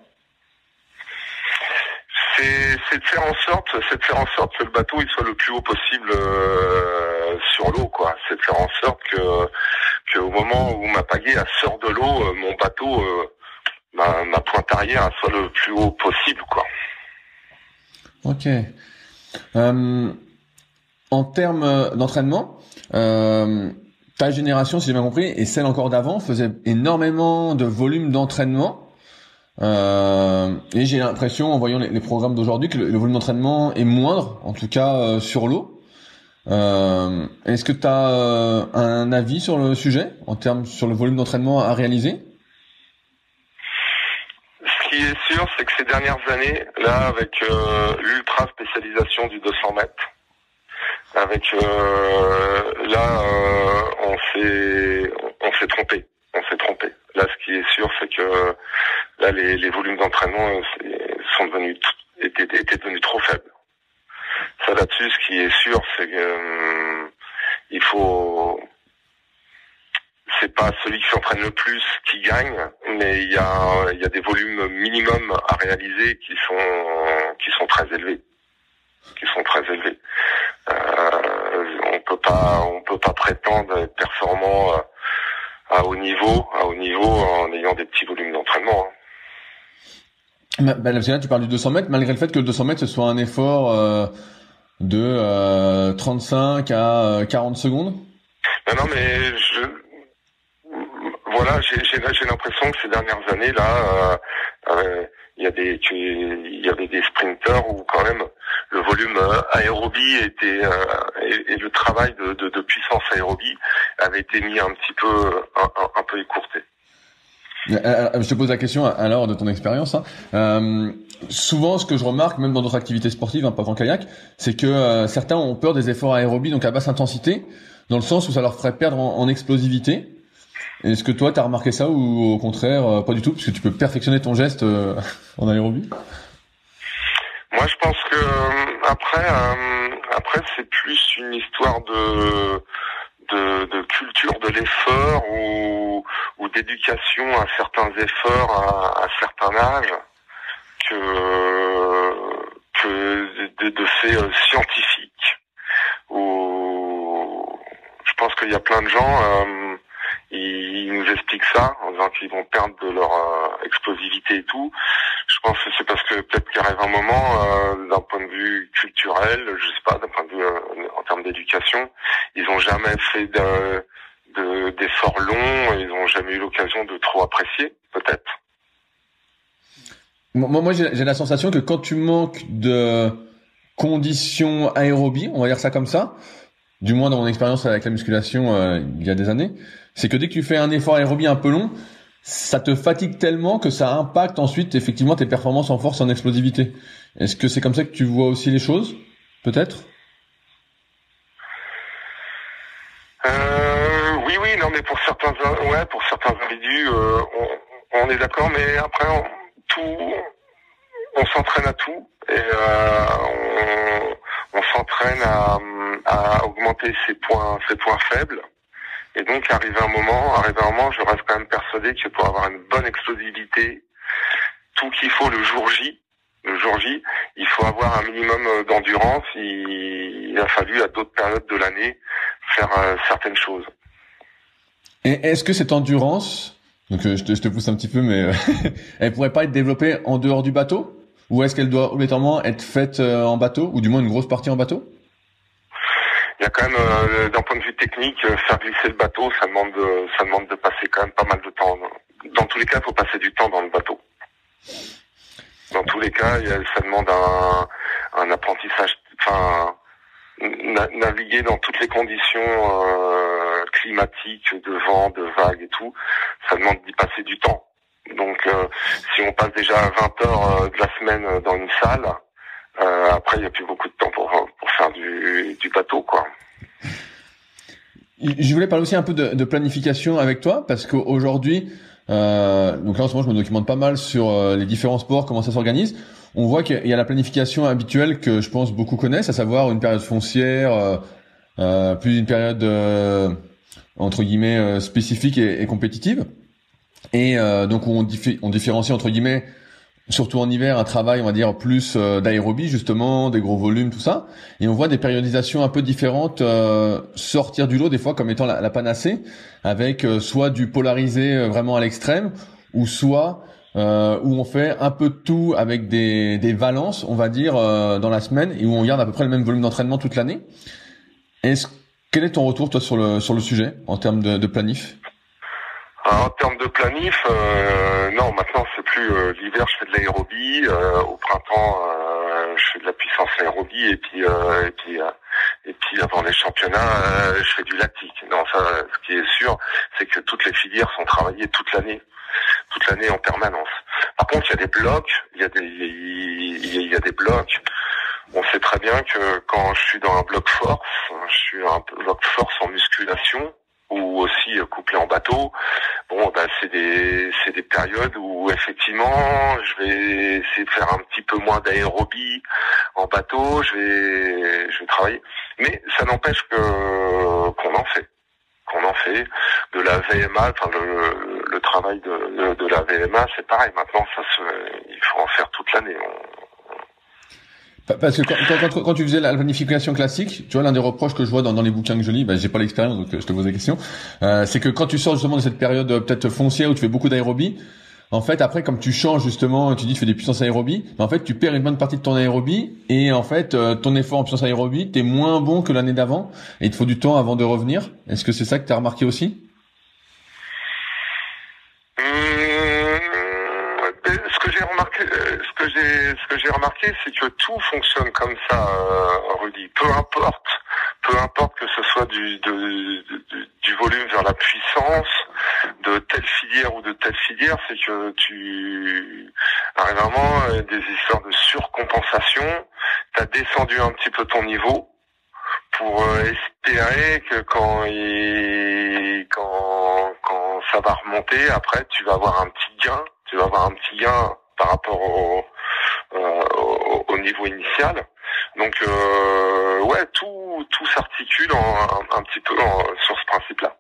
C'est de faire en sorte que le bateau il soit le plus haut possible sur l'eau, quoi. C'est de faire en sorte que au moment où ma pagaie elle sort de l'eau, mon bateau, ma pointe arrière elle soit le plus haut possible, quoi. Ok. En termes d'entraînement, ta génération, si j'ai bien compris, et celle encore d'avant, faisait énormément de volume d'entraînement. Et j'ai l'impression, en voyant les programmes d'aujourd'hui, que le volume d'entraînement est moindre, en tout cas sur l'eau. Est-ce que tu as un avis sur le sujet, sur le volume d'entraînement à réaliser? Ce qui est sûr, c'est que ces dernières années, là, avec l'ultra spécialisation du 200 mètres, avec on s'est trompé. Là, ce qui est sûr, c'est que là, les volumes d'entraînement étaient devenus trop faibles. Ça là-dessus, ce qui est sûr, c'est que c'est pas celui qui s'entraîne le plus qui gagne, mais il y a des volumes minimums à réaliser qui sont très élevés. On peut pas prétendre être performant à haut niveau en ayant des petits volumes d'entraînement. Là, tu parles du 200 mètres, malgré le fait que le 200 mètres ce soit un effort de 35 à 40 secondes. Non, mais j'ai l'impression que ces dernières années là, il y avait des sprinters où quand même le volume aérobie et le travail de puissance aérobie avait été mis un petit peu un peu écourté. Je te pose la question alors de ton expérience. Souvent, ce que je remarque, même dans d'autres activités sportives, pas qu'en kayak, c'est que certains ont peur des efforts aérobies, donc à basse intensité, dans le sens où ça leur ferait perdre en explosivité. Est-ce que toi, t'as remarqué ça ou au contraire, pas du tout, parce que tu peux perfectionner ton geste en aérobie? Moi, je pense que après, c'est plus une histoire de culture de l'effort ou d'éducation à certains efforts à certains âges. de faits scientifiques. Où je pense qu'il y a plein de gens, ils nous expliquent ça en disant qu'ils vont perdre de leur explosivité et tout. Je pense que c'est parce que peut-être qu'il arrive un moment, d'un point de vue culturel, je sais pas, d'un point de vue en termes d'éducation, ils ont jamais fait d'efforts longs, ils ont jamais eu l'occasion de trop apprécier, peut-être. Moi, j'ai la sensation que quand tu manques de conditions aérobie, on va dire ça comme ça, du moins dans mon expérience avec la musculation il y a des années, c'est que dès que tu fais un effort aérobie un peu long, ça te fatigue tellement que ça impacte ensuite effectivement tes performances en force et en explosivité. Est-ce que c'est comme ça que tu vois aussi les choses, peut-être? Oui, non, mais pour certains individus, on est d'accord, mais après, on s'entraîne à tout et on s'entraîne à augmenter ses points faibles. Et donc, arrivé un moment, je reste quand même persuadé que pour avoir une bonne explosivité, tout qu'il faut le jour J, il faut avoir un minimum d'endurance. Il a fallu à d'autres périodes de l'année faire certaines choses. Et est-ce que cette endurance, donc je te pousse un petit peu, mais elle pourrait pas être développée en dehors du bateau? Ou est-ce qu'elle doit obligatoirement être faite en bateau, ou du moins une grosse partie en bateau? Il y a quand même, d'un point de vue technique, faire glisser le bateau, ça demande de passer quand même pas mal de temps. Dans tous les cas, il faut passer du temps dans le bateau. Dans tous les cas, ça demande un apprentissage, enfin, naviguer dans toutes les conditions climatiques, de vent, de vagues et tout, ça demande d'y passer du temps. Donc, si on passe déjà 20 heures de la semaine dans une salle, après, il n'y a plus beaucoup de temps pour faire du bateau, quoi. Je voulais parler aussi un peu de planification avec toi, parce qu'aujourd'hui, donc là en ce moment je me documente pas mal sur les différents sports, comment ça s'organise. On voit qu'il y a la planification habituelle que je pense beaucoup connaissent, à savoir une période foncière, plus une période entre guillemets spécifique et compétitive. Et donc on différencie entre guillemets, surtout en hiver, un travail, on va dire, plus d'aérobie, justement, des gros volumes, tout ça. Et on voit des périodisations un peu différentes sortir du lot, des fois, comme étant la panacée, avec soit du polarisé vraiment à l'extrême, ou soit où on fait un peu de tout avec des valences, on va dire, dans la semaine, et où on garde à peu près le même volume d'entraînement toute l'année. Quel est ton retour, toi, sur le sujet, en termes de planif? En termes de planif, non, maintenant c'est plus l'hiver je fais de l'aérobie, au printemps je fais de la puissance aérobie et puis avant les championnats je fais du lactique. Non, ça, ce qui est sûr, c'est que toutes les filières sont travaillées toute l'année en permanence. Par contre, il y a des blocs, il y a des blocs. On sait très bien que quand je suis dans un bloc force, je suis un bloc force en musculation, ou aussi couplé en bateau. Bon, c'est des périodes où effectivement, je vais essayer de faire un petit peu moins d'aérobie en bateau. Je vais travailler, mais ça n'empêche qu'on en fait de la VMA. Enfin, le travail de la VMA, c'est pareil. Maintenant, il faut en faire toute l'année. Parce que quand tu faisais la planification classique, tu vois, l'un des reproches que je vois dans les bouquins que je lis, j'ai pas l'expérience, donc je te pose la question, c'est que quand tu sors justement de cette période peut-être foncière où tu fais beaucoup d'aérobie, en fait, après, comme tu changes justement, tu dis tu fais des puissances aérobie, en fait, tu perds une bonne partie de ton aérobie, et en fait, ton effort en puissance aérobie, t'es moins bon que l'année d'avant, et il te faut du temps avant de revenir. Est-ce que c'est ça que t'as remarqué aussi? Ce que j'ai remarqué, c'est que tout fonctionne comme ça, Rudy. Peu importe que ce soit du volume vers la puissance, de telle filière ou de telle filière, c'est que tu arrives vraiment des histoires de surcompensation. T'as descendu un petit peu ton niveau pour espérer que quand ça va remonter, après tu vas avoir un petit gain par rapport au niveau initial. Donc ouais, tout s'articule un petit peu sur ce principe-là.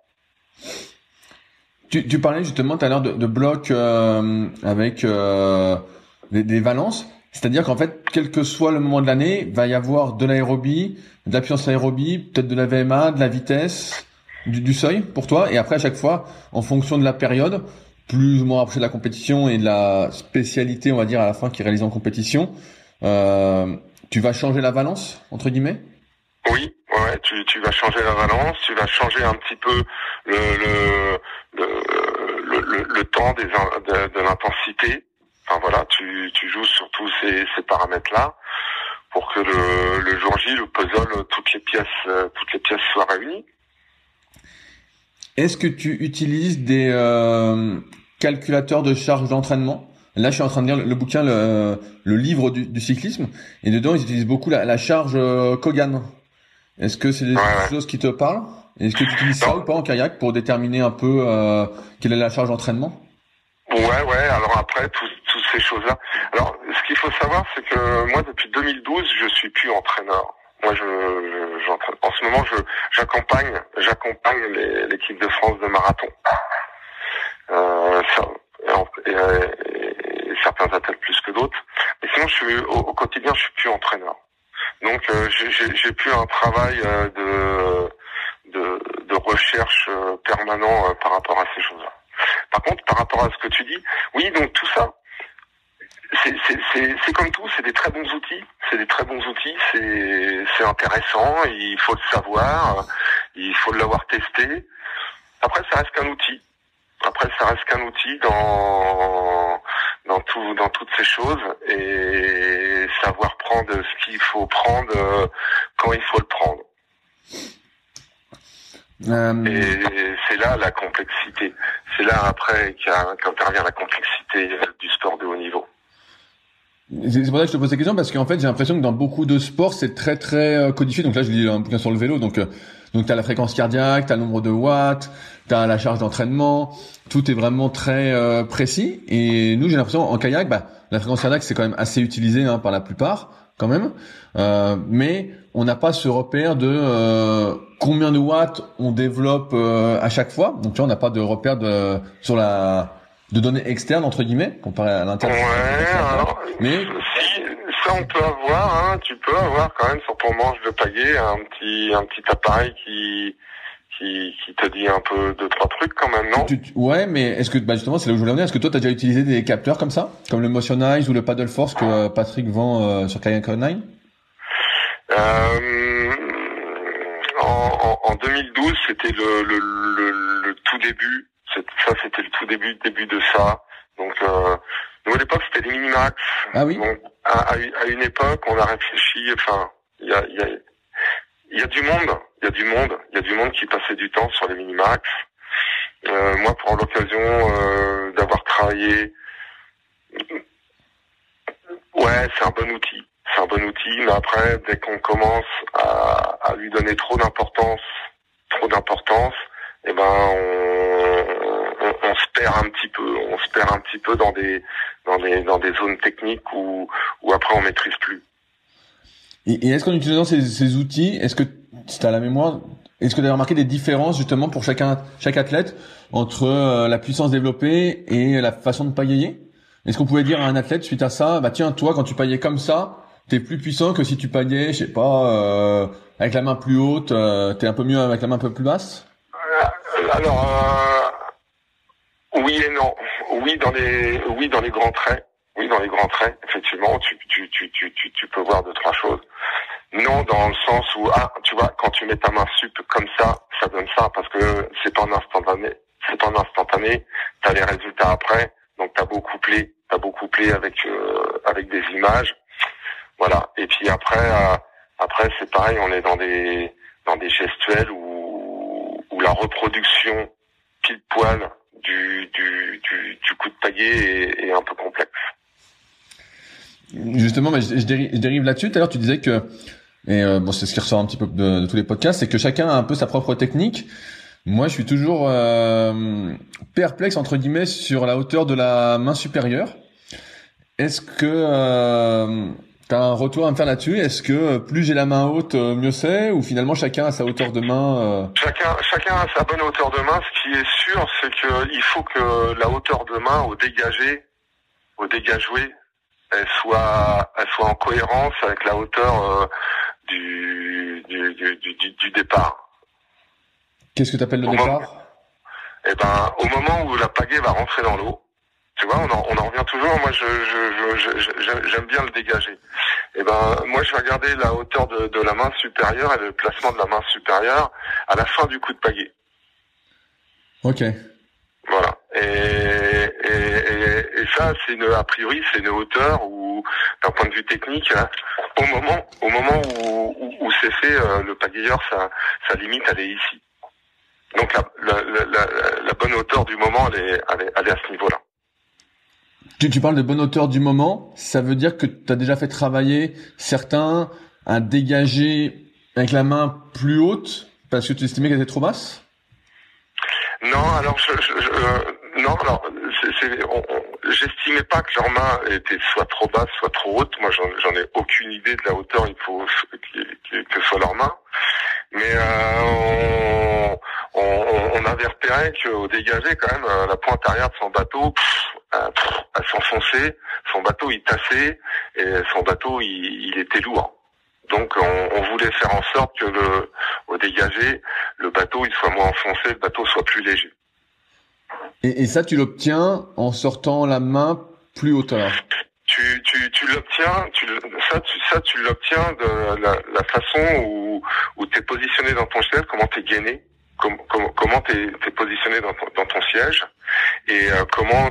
Tu parlais justement tout à l'heure de blocs avec des valences. C'est-à-dire qu'en fait, quel que soit le moment de l'année, va y avoir de l'aérobie, de la puissance aérobie, peut-être de la VMA, de la vitesse, du seuil pour toi. Et après, à chaque fois, en fonction de la période, plus ou moins rapproché de la compétition et de la spécialité, on va dire, à la fin qui est réalisée en compétition, tu vas changer la valence, entre guillemets? Oui, ouais, tu vas changer la valence, tu vas changer un petit peu le temps de l'intensité. Enfin voilà, tu joues sur tous ces paramètres-là pour que le jour J, le puzzle, toutes les pièces soient réunies. Est-ce que tu utilises des calculateurs de charge d'entraînement? Là, je suis en train de lire le bouquin, le livre du cyclisme, et dedans, ils utilisent beaucoup la charge Kogan. Est-ce que c'est des choses qui te parlent? Est-ce que tu utilises ça ou pas en kayak pour déterminer un peu quelle est la charge d'entraînement? Ouais. Alors après, toutes ces choses-là. Alors, ce qu'il faut savoir, c'est que moi, depuis 2012, je suis plus entraîneur. Moi, j'entraîne. En ce moment, j'accompagne l'équipe de France de marathon. Et certains athlètes plus que d'autres. Mais sinon, au quotidien, je suis plus entraîneur. Donc, j'ai plus un travail de recherche permanent par rapport à ces choses-là. Par contre, par rapport à ce que tu dis, oui, donc tout ça, c'est comme tout, c'est des très bons outils. C'est intéressant, il faut le savoir, il faut l'avoir testé. Après, ça reste qu'un outil. Dans toutes ces choses, et savoir prendre ce qu'il faut prendre quand il faut le prendre. Et c'est là la complexité. C'est là après qu'intervient la complexité du sport de haut niveau. C'est pour ça que je te pose cette question, parce qu'en fait j'ai l'impression que dans beaucoup de sports c'est très très codifié. Donc là je lis un bouquin sur le vélo, donc t'as la fréquence cardiaque, t'as le nombre de watts, t'as la charge d'entraînement, tout est vraiment très précis. Et nous j'ai l'impression en kayak, la fréquence cardiaque c'est quand même assez utilisé par la plupart quand même, mais on n'a pas ce repère de combien de watts on développe à chaque fois. Donc tu vois, on n'a pas de repère de données externes entre guillemets comparé à l'interne. Ouais, alors, mais si ça on peut avoir, tu peux avoir quand même sur ton manche de pagaie un petit appareil qui te dit un peu deux trois trucs quand même, non? Ouais, mais est-ce que justement c'est là où je voulais en venir. Est-ce que toi t'as déjà utilisé des capteurs comme ça, comme le Motionize ou le Paddle Force que Patrick vend sur Kayak Online? En 2012, c'était le tout début. C'était le tout début de ça. Donc, nous à l'époque, c'était des Minimax. Ah oui. Donc, à une époque, on a réfléchi. Enfin, il y a du monde qui passait du temps sur les Minimax. Moi, pour l'occasion d'avoir travaillé, ouais, c'est un bon outil. Mais après, dès qu'on commence à lui donner trop d'importance, eh ben, on se perd un petit peu dans des zones techniques où après on maîtrise plus. Et est-ce qu'en utilisant ces outils, est-ce que tu as la mémoire, est-ce que tu as remarqué des différences justement pour chaque athlète entre la puissance développée et la façon de pagayer? Est-ce qu'on pouvait dire à un athlète suite à ça, tiens, toi, quand tu payais comme ça, t'es plus puissant que si tu payais, je sais pas, avec la main plus haute, t'es un peu mieux avec la main un peu plus basse? Alors, oui et non. Oui dans les grands traits. Effectivement, tu peux voir deux, trois choses. Non, dans le sens où, tu vois, quand tu mets ta main sup comme ça donne ça, parce que c'est pas en instantané, t'as les résultats après, donc t'as beau coupler avec des images. Voilà. Et puis après, c'est pareil, on est dans des gestuels où la reproduction pile poil du coup de pagaie est un peu complexe. Justement, je dérive là-dessus. Tout à l'heure, tu disais que, c'est ce qui ressort un petit peu de tous les podcasts, c'est que chacun a un peu sa propre technique. Moi, je suis toujours perplexe entre guillemets sur la hauteur de la main supérieure. Est-ce que t'as un retour à me faire là-dessus? Est-ce que plus j'ai la main haute, mieux c'est, ou finalement chacun a sa hauteur de main? Chacun a sa bonne hauteur de main. Ce qui est sûr, c'est que il faut que la hauteur de main au dégagé, elle soit en cohérence avec la hauteur du départ. Qu'est-ce que tu appelles le départ? Au moment où la pagaie va rentrer dans l'eau, tu vois, on en revient toujours. Moi, j'aime bien le dégager. Moi, je vais regarder la hauteur de la main supérieure et le placement de la main supérieure à la fin du coup de pagaie. Ok. Voilà. Et ça, a priori, c'est une hauteur où, d'un point de vue technique, hein, au moment où c'est fait, le pagayeur, sa limite, elle est ici. Donc la bonne hauteur du moment, elle est à ce niveau-là. Tu parles de bonne hauteur du moment, ça veut dire que tu as déjà fait travailler certains à dégager avec la main plus haute parce que tu estimais qu'elle était trop basse? Non, alors j'estimais pas que leur main était soit trop basse, soit trop haute. Moi, j'en ai aucune idée de la hauteur il faut que soit leur main. Mais on avait repéré qu'au dégagé, quand même, la pointe arrière de son bateau, elle s'enfonçait, son bateau il tassait et son bateau il était lourd. Donc on voulait faire en sorte que au dégagé, le bateau il soit moins enfoncé, le bateau soit plus léger. Et ça tu l'obtiens en sortant la main plus haute alors? Tu l'obtiens, tu l'obtiens de la façon où t'es positionné dans ton siège, comment t'es gainé, comment t'es positionné dans ton siège, et comment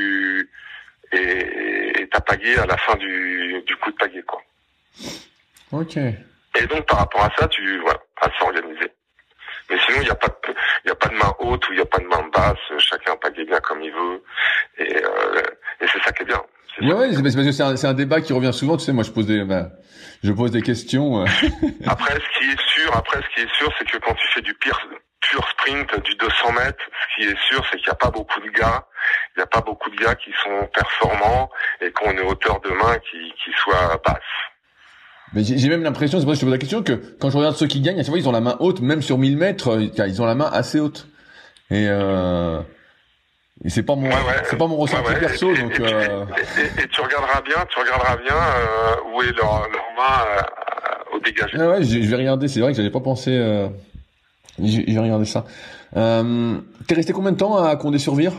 et ta pagaie à la fin du coup de pagaie, quoi. Ok. Et donc par rapport à ça, à s'organiser. Mais sinon, il y a pas de main haute ou il y a pas de main basse. Chacun pagaie bien comme il veut, et c'est ça qui est bien. Ouais, c'est parce que c'est un débat qui revient souvent. Tu sais, moi, je pose des questions. Après, ce qui est sûr, c'est que quand tu fais du pur sprint, du 200 mètres, ce qui est sûr, c'est qu'il n'y a pas beaucoup de gars qui sont performants et qui ont une hauteur de main qui soit basse. Mais j'ai même l'impression, c'est pour ça que je te pose la question, que quand je regarde ceux qui gagnent, à chaque fois, ils ont la main haute, même sur 1000 mètres, ils ont la main assez haute. Et c'est pas mon ressenti perso, donc. Et tu regarderas bien où est leur main au dégagé. Ouais, je vais regarder. C'est vrai que j'avais pas pensé. Je vais regarder ça. T'es resté combien de temps à Condé-sur-Vire?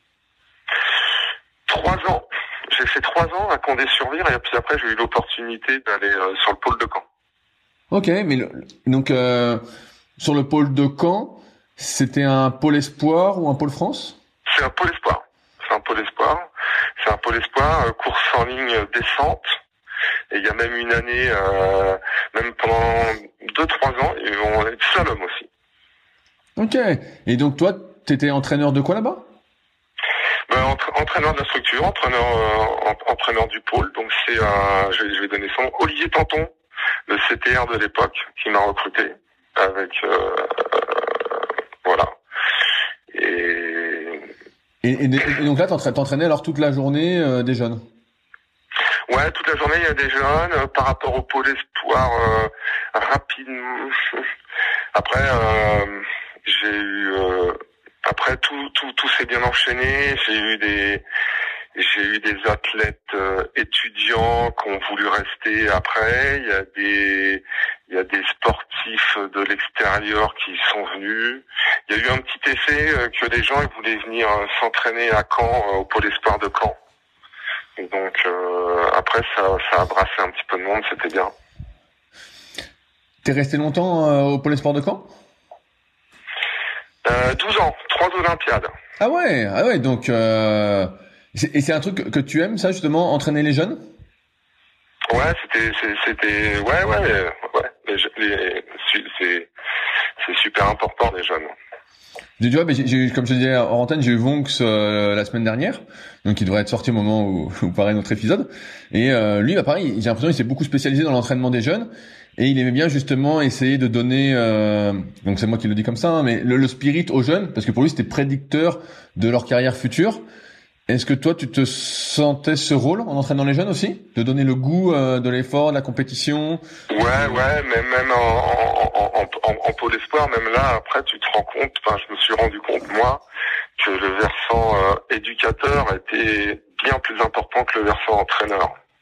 3 ans. J'ai fait 3 ans à Condé-sur-Vire et puis après j'ai eu l'opportunité d'aller sur le pôle de Caen. Ok, mais donc sur le pôle de Caen, c'était un pôle espoir ou un pôle France? C'est un pôle espoir. Course en ligne descente. Et il y a même une année, même pendant 2-3 ans, on avait du slalom aussi. Ok. Et donc toi, t'étais entraîneur de quoi là-bas? Entraîneur de la structure, entraîneur du pôle. Donc c'est, je vais donner son nom, Olivier Tanton, le CTR de l'époque, qui m'a recruté avec, voilà. Et donc là, t'entraînais alors toute la journée des jeunes? Ouais, toute la journée il y a des jeunes. Par rapport au pôle espoir, rapidement. Après, j'ai eu, après tout s'est bien enchaîné. J'ai eu des athlètes étudiants qui ont voulu rester après. Il y a des sportifs de l'extérieur qui sont venus. Il y a eu un petit essai que des gens ils voulaient venir s'entraîner à Caen, au pôle espoir de Caen. Et donc après ça a brassé un petit peu de monde, c'était bien. T'es resté longtemps au pôle espoir de Caen? 12 ans, 3 Olympiades. Ah ouais, donc et c'est un truc que tu aimes ça justement, entraîner les jeunes? Ouais, c'était ouais. C'est super important les jeunes. Tu vois, comme je te disais en antenne, j'ai eu Vonx la semaine dernière, donc il devrait être sorti au moment où paraît notre épisode. Et lui, bah pareil, j'ai l'impression qu'il s'est beaucoup spécialisé dans l'entraînement des jeunes. Et il aimait bien justement essayer de donner, donc c'est moi qui le dis comme ça, hein, mais le spirit aux jeunes, parce que pour lui c'était prédicteur de leur carrière future. Est-ce que toi tu te sentais ce rôle en entraînant les jeunes aussi, de donner le goût de l'effort, de la compétition? Ouais, même en pôle espoir, même là après tu te rends compte, enfin je me suis rendu compte moi que le versant éducateur était bien plus important que le versant entraîneur.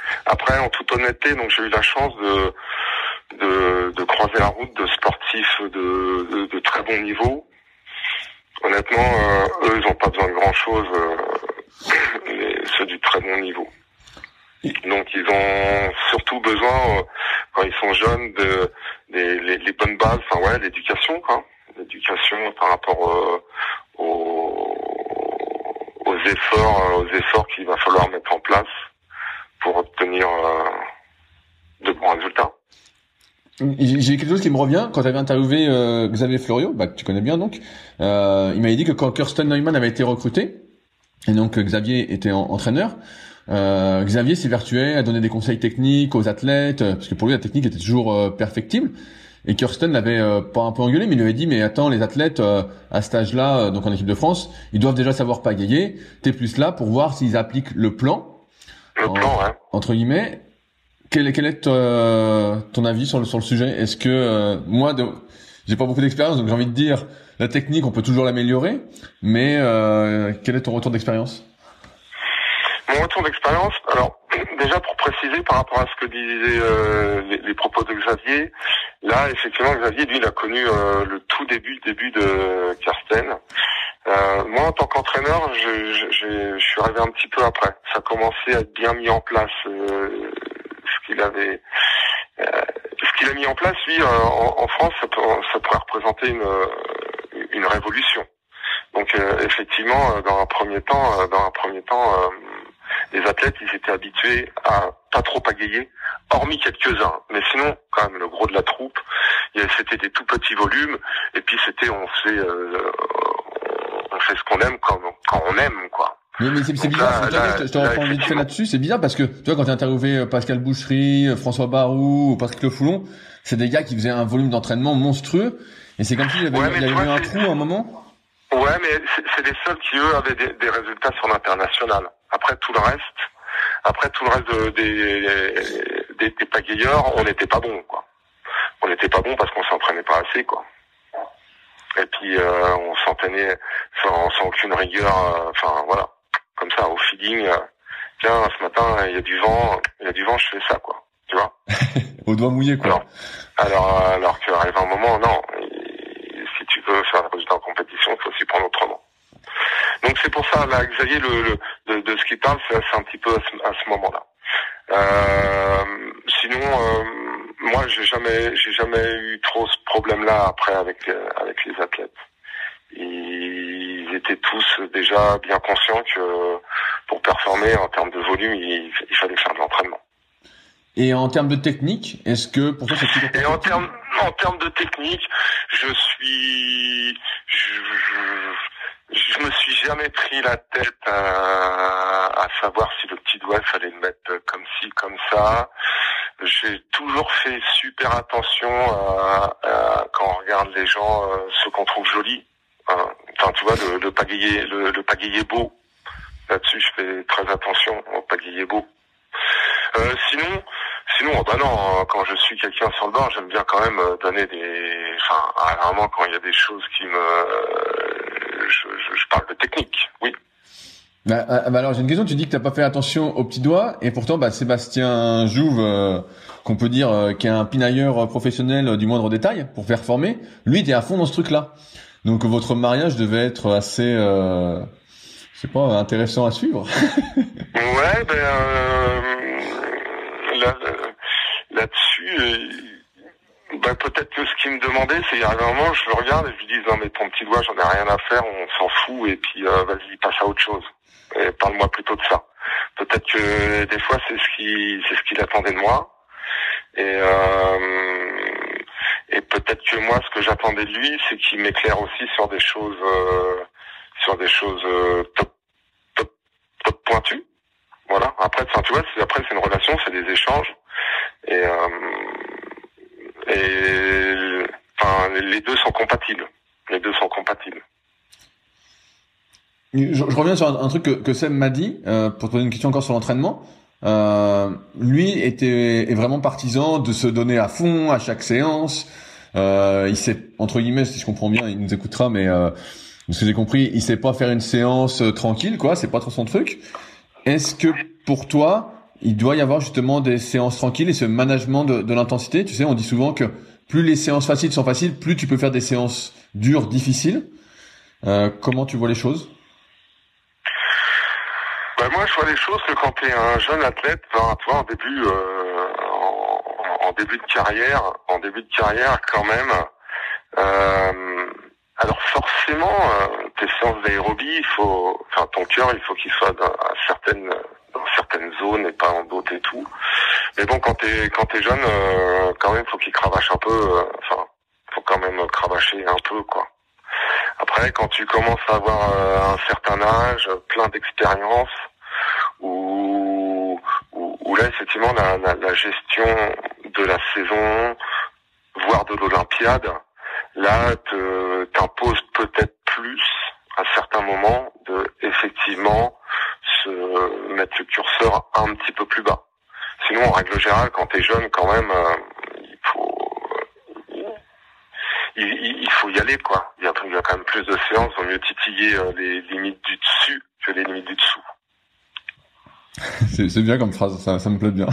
Après, en toute honnêteté, donc j'ai eu la chance de croiser la route de sportifs de très bon niveau. Honnêtement, eux, ils n'ont pas besoin de grand-chose, ceux du très bon niveau. Donc, ils ont surtout besoin, quand ils sont jeunes, les bonnes bases, enfin ouais, l'éducation, quoi. L'éducation par rapport aux efforts qu'il va falloir mettre en place pour obtenir de bons résultats. J'ai quelque chose qui me revient quand tu avais interviewé Xavier Fleuriot, que tu connais bien donc. Il m'avait dit que quand Kirsten Neumann avait été recruté, et donc Xavier était entraîneur, Xavier s'évertuait à donner des conseils techniques aux athlètes, parce que pour lui la technique était toujours perfectible. Et Kirsten l'avait pas un peu engueulé, mais il lui avait dit mais attends, les athlètes à cet âge-là, donc en équipe de France, ils doivent déjà savoir pagayer. T'es plus là pour voir s'ils appliquent le plan. Ouais. Entre guillemets. Quel est ton avis sur le sujet? Est-ce que moi, j'ai pas beaucoup d'expérience, donc j'ai envie de dire la technique, on peut toujours l'améliorer, mais quel est ton retour d'expérience? Mon retour d'expérience, alors déjà pour préciser par rapport à ce que disaient les propos de Xavier, là effectivement Xavier, lui, il a connu le tout début de Kirsten. Moi, en tant qu'entraîneur, je suis arrivé un petit peu après. Ça a commencé à être bien mis en place. Ce qu'il a mis en place, lui, en France, ça pourrait représenter une révolution. Donc, effectivement, dans un premier temps, les athlètes, ils étaient habitués à pas trop pagayer, hormis quelques-uns. Mais sinon, quand même, le gros de la troupe, c'était des tout petits volumes, et puis c'était, on fait ce qu'on aime quand on aime, quoi. Mais c'est bizarre, je te reprends vite fait là-dessus, c'est bizarre parce que, tu vois, quand t'as interviewé Pascal Boucherie, François Barou, ou Patrick Le Foulon, c'est des gars qui faisaient un volume d'entraînement monstrueux, et c'est comme s'il y avait eu un trou à un moment. Ouais, mais c'est les seuls qui, eux, avaient des résultats sur l'international. Après tout le reste des pagayeurs, on n'était pas bon, quoi. On n'était pas bon parce qu'on s'entraînait pas assez, quoi. Et puis, on s'entraînait sans aucune rigueur, voilà. Comme ça, au feeling, tiens, ce matin, il y a du vent, je fais ça, quoi. Tu vois? Au doigt mouillé, quoi. Alors qu'arrive un moment, non. Si tu veux faire un résultat en compétition, il faut s'y prendre autrement. Donc c'est pour ça, là, Xavier, de ce qu'il parle, c'est un petit peu à ce moment-là. Sinon, moi, j'ai jamais eu trop ce problème-là après avec les athlètes. Ils étaient tous déjà bien conscients que pour performer en termes de volume, il fallait faire de l'entraînement. Et en termes de technique, est-ce que pour toi c'est toujours Et en termes de technique, je me suis jamais pris la tête à savoir si le petit doigt fallait le mettre comme ci, comme ça. J'ai toujours fait super attention quand on regarde les gens, ce qu'on trouve joli. Enfin, tu vois, le pagayer beau. Là-dessus, je fais très attention au pagayer beau. Sinon, bah non, quand je suis quelqu'un sur le bord, j'aime bien quand même donner vraiment quand il y a des choses qui je parle de technique, oui. Alors j'ai une question, tu dis que t'as pas fait attention aux petits doigts, et pourtant Sébastien Jouve, qu'on peut dire qui est un pinailleur professionnel du moindre détail, pour faire former, lui était à fond dans ce truc-là. Donc votre mariage devait être assez, intéressant à suivre. Ouais, là-dessus, peut-être que ce qu'il me demandait, c'est il y a un moment, je le regarde et je lui dis non mais ton petit doigt, j'en ai rien à faire, on s'en fout et puis vas-y, passe à autre chose. Et parle-moi plutôt de ça. Peut-être que des fois c'est ce qu'il attendait de moi. Et peut-être que moi, ce que j'attendais de lui, c'est qu'il m'éclaire aussi sur des choses top pointues. Voilà. Après, tu vois, c'est une relation, c'est des échanges. Et les deux sont compatibles. Je reviens sur un truc que Seb m'a dit, pour te poser une question encore sur l'entraînement. Lui est vraiment partisan de se donner à fond à chaque séance. Il sait, entre guillemets, si je comprends bien, il nous écoutera, mais de ce que j'ai compris, il sait pas faire une séance tranquille, quoi. C'est pas trop son truc. Est-ce que pour toi, il doit y avoir justement des séances tranquilles et ce management de l'intensité. Tu sais, on dit souvent que plus les séances faciles sont faciles, plus tu peux faire des séances dures, difficiles. Comment tu vois les choses? Moi, je vois les choses que quand tu es un jeune athlète, enfin, tu vois, en début de carrière quand même. Alors forcément, tes séances d'aérobie, ton cœur, il faut qu'il soit dans certaines zones et pas en d'autres et tout. Mais bon, quand t'es jeune, quand même, faut qu'il cravache un peu. Faut quand même cravacher un peu, quoi. Après, quand tu commences à avoir un certain âge, plein d'expérience, où là, effectivement, la gestion de la saison, voire de l'Olympiade, là, t'impose peut-être plus, à certains moments, de effectivement se mettre le curseur un petit peu plus bas. Sinon, en règle générale, quand t'es jeune, quand même, il faut y aller, quoi. Il y a quand même plus de séances, vaut mieux titiller les limites du dessus que les limites du dessous. C'est bien comme phrase, ça me plaît bien.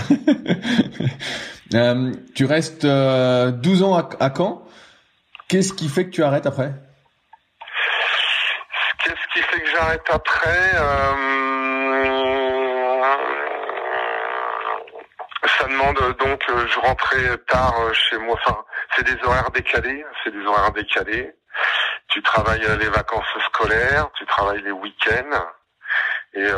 Tu restes 12 ans à Caen. Qu'est-ce qui fait que tu arrêtes après? Qu'est-ce qui fait que j'arrête après? Ça demande donc, je rentrais tard chez moi. Enfin, c'est des horaires décalés. Tu travailles les vacances scolaires, tu travailles les week-ends. Et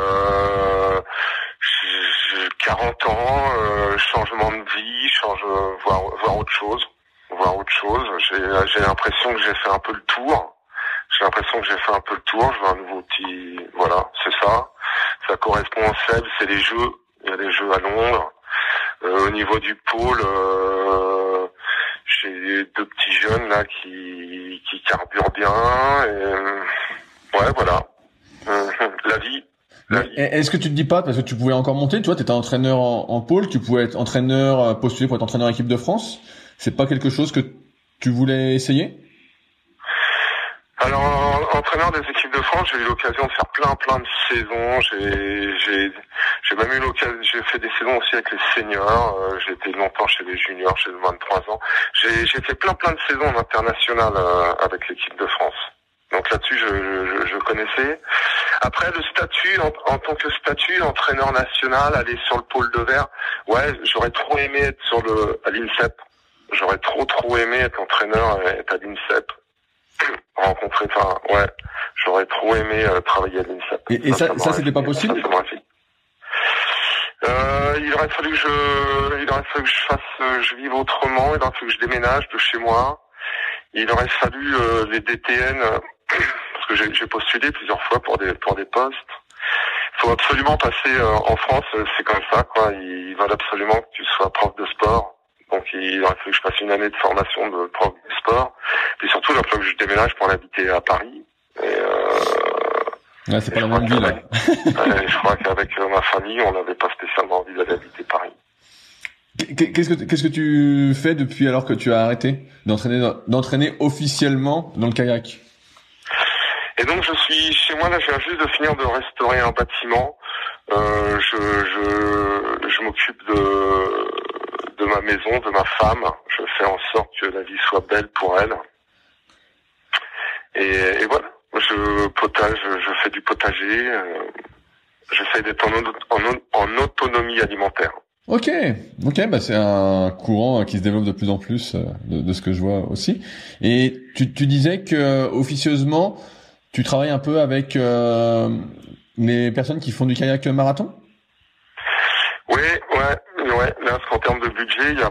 40 ans, changement de vie, voir autre chose. J'ai l'impression que j'ai fait un peu le tour. Je veux un nouveau petit, voilà, c'est ça. Ça correspond au CEB, c'est les jeux. Il y a des jeux à Londres. Au niveau du pôle, j'ai deux petits jeunes là qui carburent bien. Et, ouais, voilà. La vie. Est-ce que tu te dis pas, parce que tu pouvais encore monter, tu vois, t'étais entraîneur en pôle, tu pouvais être entraîneur, postuler pour être entraîneur équipe de France. C'est pas quelque chose que tu voulais essayer? Alors, entraîneur des équipes de France, j'ai eu l'occasion de faire plein de saisons. J'ai même eu l'occasion, j'ai fait des saisons aussi avec les seniors. J'ai été longtemps chez les juniors, chez les 23 ans. J'ai fait plein de saisons en international avec l'équipe de France. Donc là-dessus, je connaissais. Après, le statut, en tant que statut, entraîneur national, aller sur le pôle de verre, ouais, j'aurais trop aimé être à l'INSEP. J'aurais trop aimé être entraîneur et être à l'INSEP. J'aurais trop aimé travailler à l'INSEP. Et ça c'était pas possible? Il aurait fallu que je vive autrement, il aurait fallu que je déménage de chez moi. Il aurait fallu les DTN, parce que j'ai postulé plusieurs fois pour des postes. Il faut absolument passer en France, c'est comme ça, quoi. Ils veulent absolument que tu sois prof de sport. Donc il aurait fallu que je fasse une année de formation de prof de sport. Puis surtout, il aurait fallu que je déménage pour habiter à Paris. Ouais, c'est pas la même ville. Là. Je crois qu'avec ma famille, on n'avait pas spécialement envie d'aller habiter Paris. Qu'est-ce que tu fais depuis alors que tu as arrêté d'entraîner officiellement dans le kayak? Et donc je suis chez moi là, je viens juste de finir de restaurer un bâtiment. Je m'occupe de ma maison, de ma femme. Je fais en sorte que la vie soit belle pour elle. Et voilà. Je fais du potager. J'essaie d'être en autonomie alimentaire. Ok, bah c'est un courant qui se développe de plus en plus de ce que je vois aussi. Et tu disais que officieusement, tu travailles un peu avec les personnes qui font du kayak marathon? Oui, ouais. Là, parce qu'en termes de budget, il y a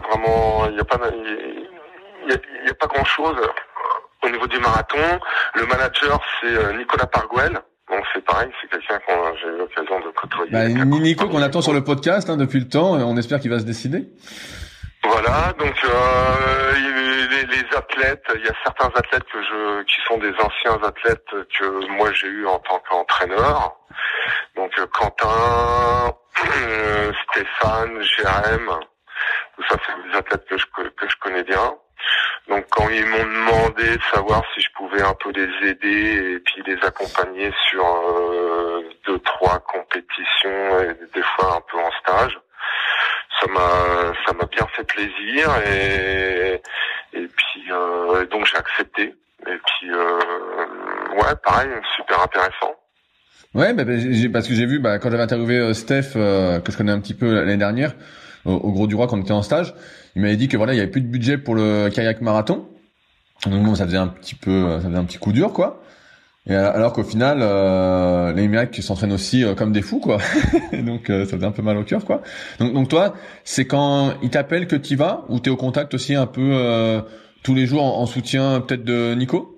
pas grand-chose. Au niveau du marathon, le manager, c'est Nicolas Parguel. Donc c'est pareil, c'est quelqu'un j'ai eu l'occasion de côtoyer. Nico qu'on attend sur le podcast depuis le temps, on espère qu'il va se décider. Voilà, donc les athlètes, il y a certains athlètes qui sont des anciens athlètes que moi j'ai eu en tant qu'entraîneur. Donc Quentin, Stéphane, Jérém, tout ça c'est des athlètes que je connais bien. Donc quand ils m'ont demandé de savoir si je pouvais un peu les aider et puis les accompagner sur 2-3 compétitions et des fois un peu en stage, ça m'a bien fait plaisir et puis donc j'ai accepté. Et puis ouais, pareil, super intéressant. Ouais, parce que j'ai vu, quand j'avais interviewé Steph, que je connais un petit peu l'année dernière, au Gros du Roi quand on était en stage, il m'avait dit que voilà, il y avait plus de budget pour le kayak marathon. Donc bon, ça faisait un petit coup dur, quoi. Et alors qu'au final, les mecs s'entraînent aussi comme des fous, quoi. Donc ça faisait un peu mal au cœur, quoi. Donc toi, c'est quand ils t'appellent que t'y vas, ou t'es au contact aussi un peu tous les jours en soutien peut-être de Nico?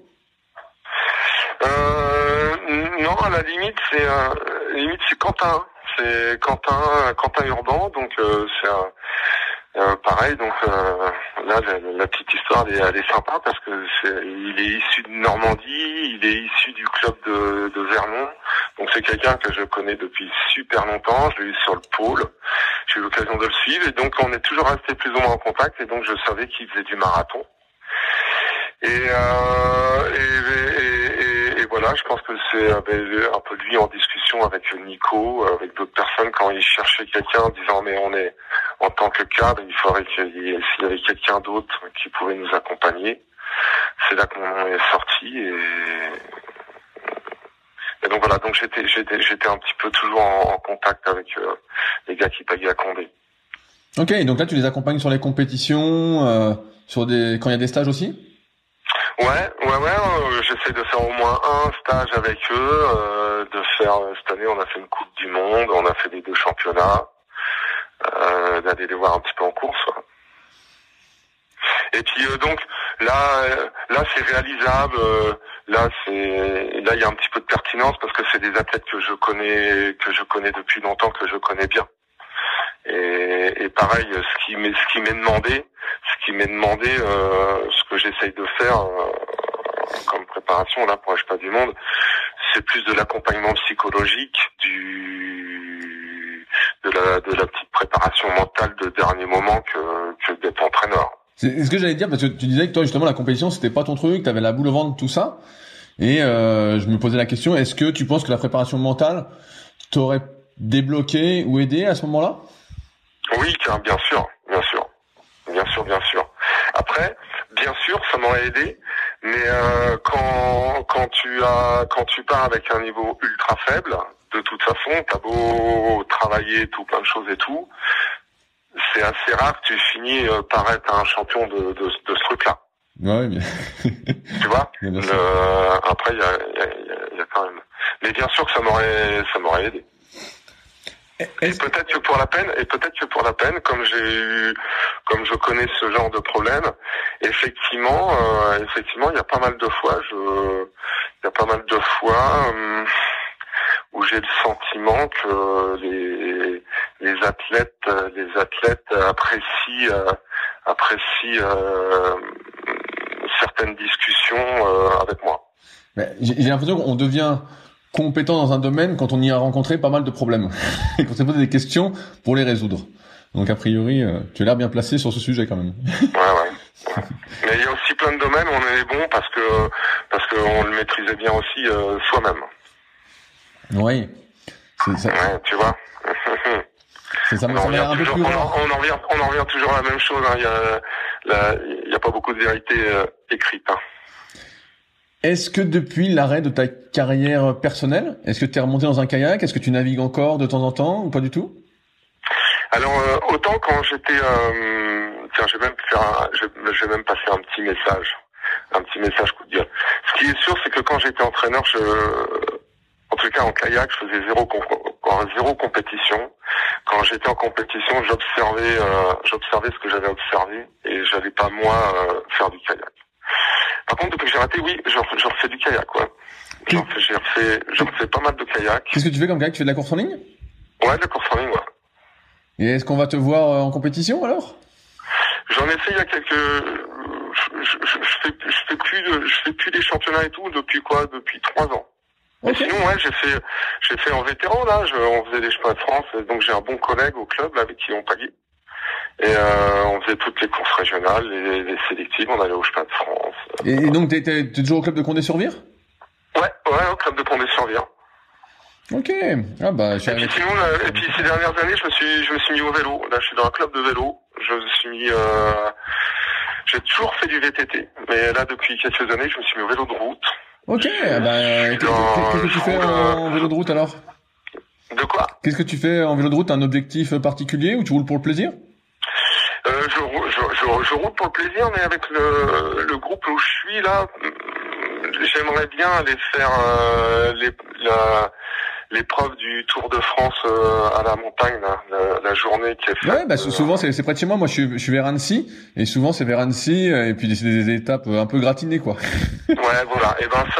Non, à la limite c'est Quentin. C'est Quentin Urban, donc c'est pareil. Donc là, la petite histoire, elle est sympa parce que il est issu de Normandie, il est issu du club de Vernon. Donc c'est quelqu'un que je connais depuis super longtemps. Je l'ai eu sur le pôle. J'ai eu l'occasion de le suivre et donc on est toujours resté plus ou moins en contact. Et donc je savais qu'il faisait du marathon. Et voilà, je pense que c'est un peu lui en discussion avec Nico, avec d'autres personnes quand il cherchait quelqu'un en disant mais on est en tant que cadre, il faudrait s'il y avait quelqu'un d'autre qui pouvait nous accompagner. C'est là qu'on est sorti et donc voilà, donc j'étais un petit peu toujours en contact avec les gars qui pagaient à Condé. Ok, donc là tu les accompagnes sur les compétitions, quand il y a des stages aussi? Ouais, j'essaie de faire au moins un stage avec eux, cette année on a fait une Coupe du Monde, on a fait les 2 championnats, d'aller les voir un petit peu en course. Ouais. Et puis donc là c'est réalisable, là il y a un petit peu de pertinence parce que c'est des athlètes que je connais depuis longtemps, que je connais bien. Et pareil, ce qui m'est demandé, ce que j'essaye de faire comme préparation là pour H pas du monde, c'est plus de l'accompagnement psychologique, de la petite préparation mentale de dernier moment que d'être entraîneur. C'est ce que j'allais dire parce que tu disais que toi justement la compétition c'était pas ton truc, t'avais la boule au ventre tout ça, et je me posais la question, est-ce que tu penses que la préparation mentale t'aurait débloqué ou aidé à ce moment-là? Oui, bien sûr. Après, bien sûr, ça m'aurait aidé, mais quand tu pars avec un niveau ultra faible, de toute façon, t'as beau travailler tout plein de choses et tout, c'est assez rare que tu finis par être un champion de ce truc-là. Ouais, bien. Tu vois, bien après il y a quand même. Mais bien sûr que ça m'aurait aidé. Et peut-être que pour la peine, comme je connais ce genre de problème, effectivement, il y a pas mal de fois, où j'ai le sentiment que les athlètes apprécient certaines discussions avec moi. Mais j'ai l'impression qu'on devient compétent dans un domaine quand on y a rencontré pas mal de problèmes et qu'on s'est posé des questions pour les résoudre. Donc a priori, tu as l'air bien placé sur ce sujet quand même. Ouais. Mais il y a aussi plein de domaines où on est bon parce que on le maîtrisait bien aussi soi-même. Oui. Ouais, tu vois. Ça me semble un peu plus rare. On en revient toujours à la même chose. Hein. Il y a pas beaucoup de vérité écrite. Hein. Est-ce que depuis l'arrêt de ta carrière personnelle, est-ce que tu es remonté dans un kayak? Est-ce que tu navigues encore de temps en temps ou pas du tout? Alors autant quand j'étais, tiens, je vais même passer un petit message coup de gueule. Ce qui est sûr, c'est que quand j'étais entraîneur, en tout cas en kayak, je faisais zéro compétition. Quand j'étais en compétition, j'observais ce que j'avais observé et j'allais pas moi faire du kayak. Par contre, depuis que j'ai arrêté, oui, je refais du kayak, ouais. Je refais pas mal de kayak. Qu'est-ce que tu fais comme kayak? Tu fais de la course en ligne? Ouais, de la course en ligne, ouais. Et est-ce qu'on va te voir en compétition alors? J'en ai fait il y a je fais plus des championnats et tout depuis 3 ans. Mais Okay. sinon, ouais, j'ai fait en vétéran, là, on faisait des chemins de France, et donc j'ai un bon collègue au club, là, avec qui on pagait. Et on faisait toutes les courses régionales, les sélectives, on allait au chemin de France. Et donc t'es toujours au club de Condé-sur-Vire? Ouais, au club de Condé-sur-Vire. Ok. Ah bah, Et puis sinon, et puis ces dernières années, je me suis mis au vélo. Là, je suis dans un club de vélo. Je me suis mis, j'ai toujours fait du VTT, mais là, depuis quelques années, je me suis mis au vélo de route. Ok. Bah, qu'est-ce que tu fais en vélo de route alors? De quoi? Qu'est-ce que tu fais en vélo de route? Un objectif particulier ou tu roules pour le plaisir? Je roule pour le plaisir, mais avec le groupe où je suis là, j'aimerais bien aller faire l'épreuve du Tour de France à la montagne, là, la journée qui est faite. Ouais, bah souvent c'est près de chez moi. Moi, je suis vers Annecy et souvent c'est vers Annecy et puis c'est des étapes un peu gratinées quoi. Ouais, voilà. Et ben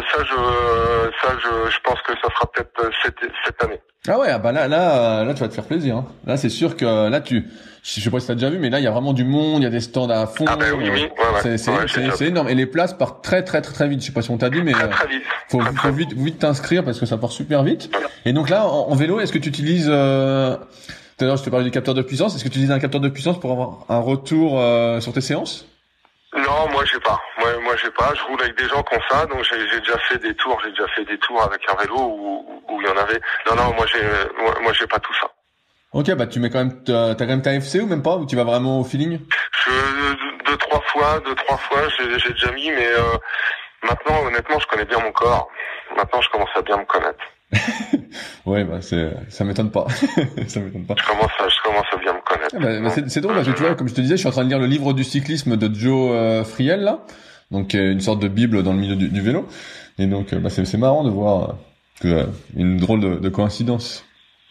je pense que ça sera peut-être cette année. Ah ouais, ah bah là tu vas te faire plaisir. Hein. Là c'est sûr que là je sais pas si t'as déjà vu, mais là il y a vraiment du monde, il y a des stands à fond. Ah ben oui, ouais. C'est énorme et les places partent très vite. Je sais pas si on t'a dit, mais très vite. Faut vite t'inscrire parce que ça part super vite. Ouais. Et donc là en vélo, est-ce que tu utilises tout à l'heure je te parlais du capteur de puissance, est-ce que tu utilises un capteur de puissance pour avoir un retour sur tes séances? Non, moi j'ai pas. Moi j'ai pas. Je roule avec des gens qui ont ça, donc j'ai déjà fait des tours. J'ai déjà fait des tours avec un vélo où il y en avait. Non, moi j'ai pas tout ça. Ok, bah tu mets quand même, t'as quand même ta FC ou même pas, ou tu vas vraiment au feeling? Deux, trois fois, j'ai déjà mis, mais maintenant honnêtement je connais bien mon corps. Maintenant je commence à bien me connaître. Ouais, bah ça m'étonne pas. Ça m'étonne pas. Je commence à bien me connaître. Ah bah, c'est drôle parce que tu vois, comme je te disais, je suis en train de lire le livre du cyclisme de Joe Friel là, donc une sorte de bible dans le milieu du vélo, et donc bah c'est marrant de voir que une drôle de coïncidence.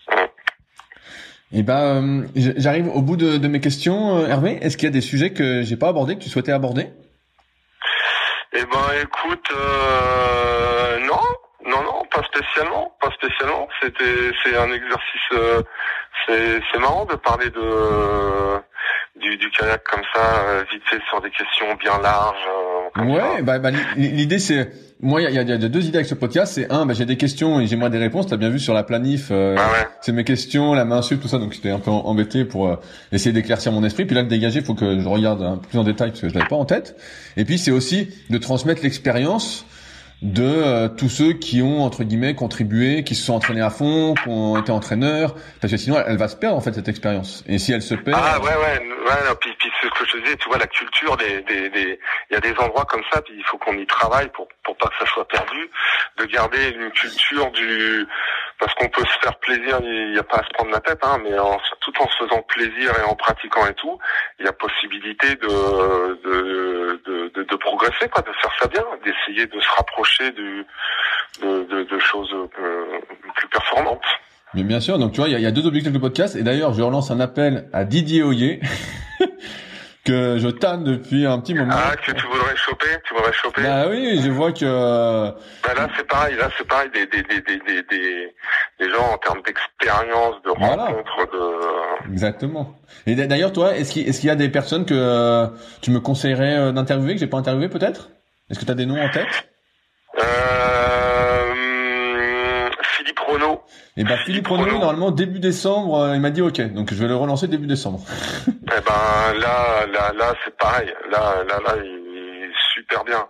Et j'arrive au bout de mes questions, Hervé. Est-ce qu'il y a des sujets que j'ai pas abordés que tu souhaitais aborder? Eh ben, écoute, non, pas spécialement. C'est un exercice. C'est marrant de parler du kayak comme ça, vite fait sur des questions bien larges. Ouais, bah l'idée c'est, moi il y a deux idées avec ce podcast. C'est j'ai des questions et j'aimerais des réponses. T'as bien vu sur la planif, ouais. C'est mes questions, la main dessus, tout ça. Donc j'étais un peu embêté pour essayer d'éclaircir mon esprit. Puis là le dégager, faut que je regarde un peu plus en détail parce que je l'avais pas en tête. Et puis c'est aussi de transmettre l'expérience de tous ceux qui ont entre guillemets contribué, qui se sont entraînés à fond, qui ont été entraîneurs, parce que sinon elle va se perdre en fait cette expérience. Et si elle se perd, non, puis c'est ce que je te disais, tu vois, la culture il y a des endroits comme ça, puis il faut qu'on y travaille pour pas que ça soit perdu, de garder une culture parce qu'on peut se faire plaisir, il y a pas à se prendre la tête, hein, mais tout en se faisant plaisir et en pratiquant et tout, il y a possibilité de progresser, quoi, de faire ça bien, d'essayer de se rapprocher de choses plus performantes. Mais bien sûr, donc tu vois, il y a deux objectifs de podcast, et d'ailleurs je relance un appel à Didier Hoyer que je tanne depuis un petit moment. Ah, que tu voudrais choper. Bah oui, je vois que bah là c'est pareil, des gens en termes d'expérience, de rencontres, Exactement. Et d'ailleurs toi, est-ce qu'il y a des personnes que tu me conseillerais d'interviewer que j'ai pas interviewé peut-être? Est-ce que tu as des noms en tête? Philippe Renaud. Et Philippe Renaud, normalement début décembre, il m'a dit ok, donc je vais le relancer début décembre. Eh ben là c'est pareil. Là il est super bien.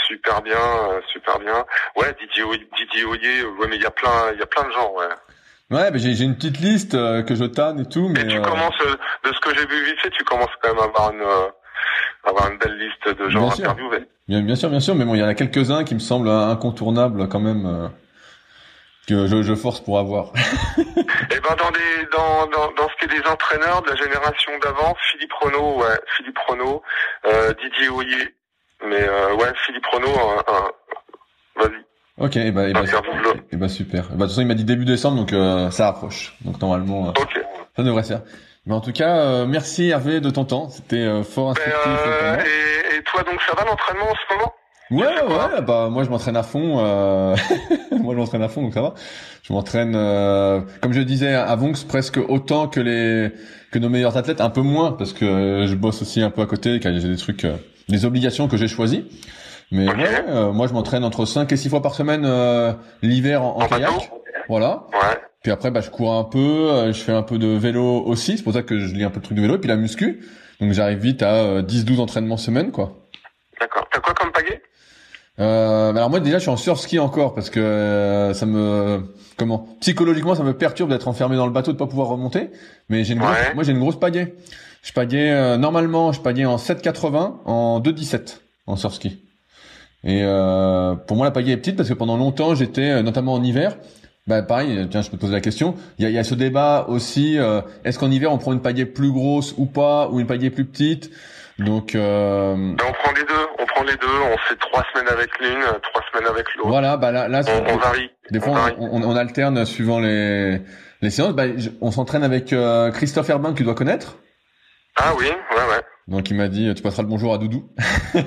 Ouais, Didier Hoyer, ouais, mais il y a plein de gens, ouais. Ouais, j'ai une petite liste que je tanne et tout, mais. Et tu commences, de ce que j'ai vu vite fait, tu commences quand même à avoir une belle liste de gens à interviewer. Bien sûr, mais bon, il y en a quelques-uns qui me semblent incontournables quand même. Que je force pour avoir. Et ben dans ce qui est des entraîneurs de la génération d'avant, Philippe Renaud, Didier Hoyer, mais ouais, Philippe Renaud, vas-y. Ok, et super. De toute façon, il m'a dit début décembre, donc ça approche. Donc normalement, ça devrait faire. Mais en tout cas, merci Hervé de ton temps. C'était fort instructif. Et toi, donc ça va l'entraînement en ce moment? Ouais, bah moi je m'entraîne à fond. Donc ça va. Je m'entraîne, comme je disais, à Vonx presque autant que nos meilleurs athlètes, un peu moins parce que je bosse aussi un peu à côté, car j'ai des trucs, des obligations que j'ai choisies. Mais moi je m'entraîne entre 5 et 6 fois par semaine l'hiver en kayak. Voilà. Ouais. Puis après je cours un peu, je fais un peu de vélo aussi, c'est pour ça que je lis un peu le truc de vélo et puis la muscu. Donc j'arrive vite à 10-12 entraînements semaine quoi. D'accord. T'as quoi comme pagaie? Alors moi déjà je suis en surski encore parce que psychologiquement ça me perturbe d'être enfermé dans le bateau, de pas pouvoir remonter. Mais moi j'ai une grosse pagaie. Normalement je pagaie en 7,80 en 2,17 en surski. Et pour moi la pagaie est petite parce que pendant longtemps j'étais notamment en hiver. Pareil, tiens, je peux te poser la question. Il y a ce débat aussi. Est-ce qu'en hiver on prend une pagaie plus grosse ou pas, ou une pagaie plus petite? Donc on prend les deux. On fait 3 semaines avec l'une, 3 semaines avec l'autre. Voilà, là on varie. Des fois on alterne suivant les séances. On s'entraîne avec Christophe Herbin que tu dois connaître. Ah oui, ouais. Donc il m'a dit tu passeras le bonjour à Doudou. Tiens,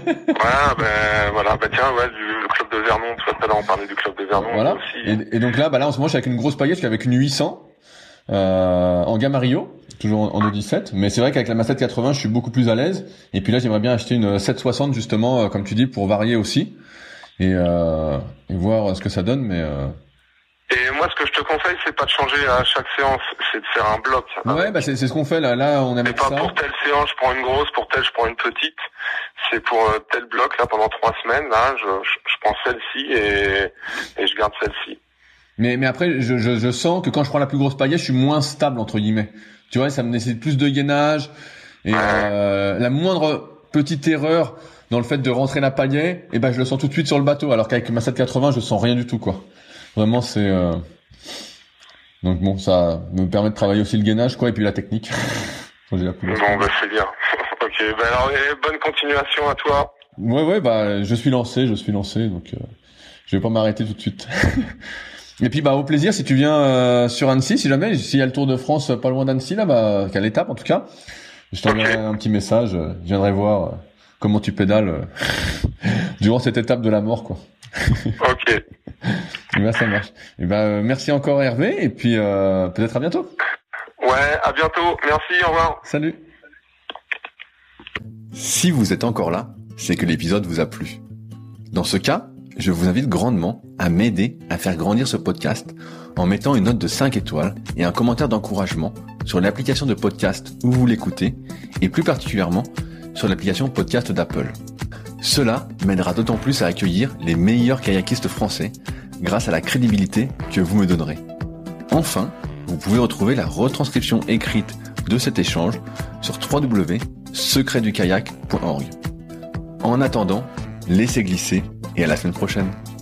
le club de Vernon, tout à l'heure on parlait du club de Vernon aussi. Et donc là en ce moment je suis avec une grosse pagaie, je suis avec une 800 en gamme Rio, toujours en 2,17, mais c'est vrai qu'avec la 7,80 je suis beaucoup plus à l'aise. Et puis là j'aimerais bien acheter une 7,60 justement comme tu dis pour varier aussi et voir ce que ça donne. Mais Et moi, ce que je te conseille, c'est pas de changer à chaque séance, c'est de faire un bloc. Ouais, c'est ce qu'on fait là. Là, on aime ça. C'est pas pour telle séance, je prends une grosse, pour telle, je prends une petite. C'est pour tel bloc, là, pendant 3 semaines, là, je prends celle-ci et je garde celle-ci. Mais après, je sens que quand je prends la plus grosse pagaie, je suis moins stable, entre guillemets. Tu vois, ça me nécessite plus de gainage. Et la moindre petite erreur dans le fait de rentrer la pagaie, je le sens tout de suite sur le bateau. Alors qu'avec ma 7,80, je sens rien du tout, quoi. Vraiment, c'est donc bon, ça me permet de travailler aussi le gainage, quoi, et puis la technique. C'est bien. Ok, alors bonne continuation à toi. Ouais, je suis lancé, donc je vais pas m'arrêter tout de suite. Et puis au plaisir si tu viens sur Annecy, s'il y a le Tour de France pas loin d'Annecy là, qu'à l'étape en tout cas, je t'enverrai un petit message, je viendrai voir comment tu pédales durant cette étape de la mort, quoi. Ok. Ça marche. Merci encore Hervé, et puis peut-être à bientôt. Ouais, à bientôt. Merci, au revoir. Salut. Si vous êtes encore là, c'est que l'épisode vous a plu. Dans ce cas, je vous invite grandement à m'aider à faire grandir ce podcast en mettant une note de 5 étoiles et un commentaire d'encouragement sur l'application de podcast où vous l'écoutez, et plus particulièrement sur l'application podcast d'Apple. Cela m'aidera d'autant plus à accueillir les meilleurs kayakistes français grâce à la crédibilité que vous me donnerez. Enfin, vous pouvez retrouver la retranscription écrite de cet échange sur www.secretdukayak.org. En attendant, laissez glisser et à la semaine prochaine.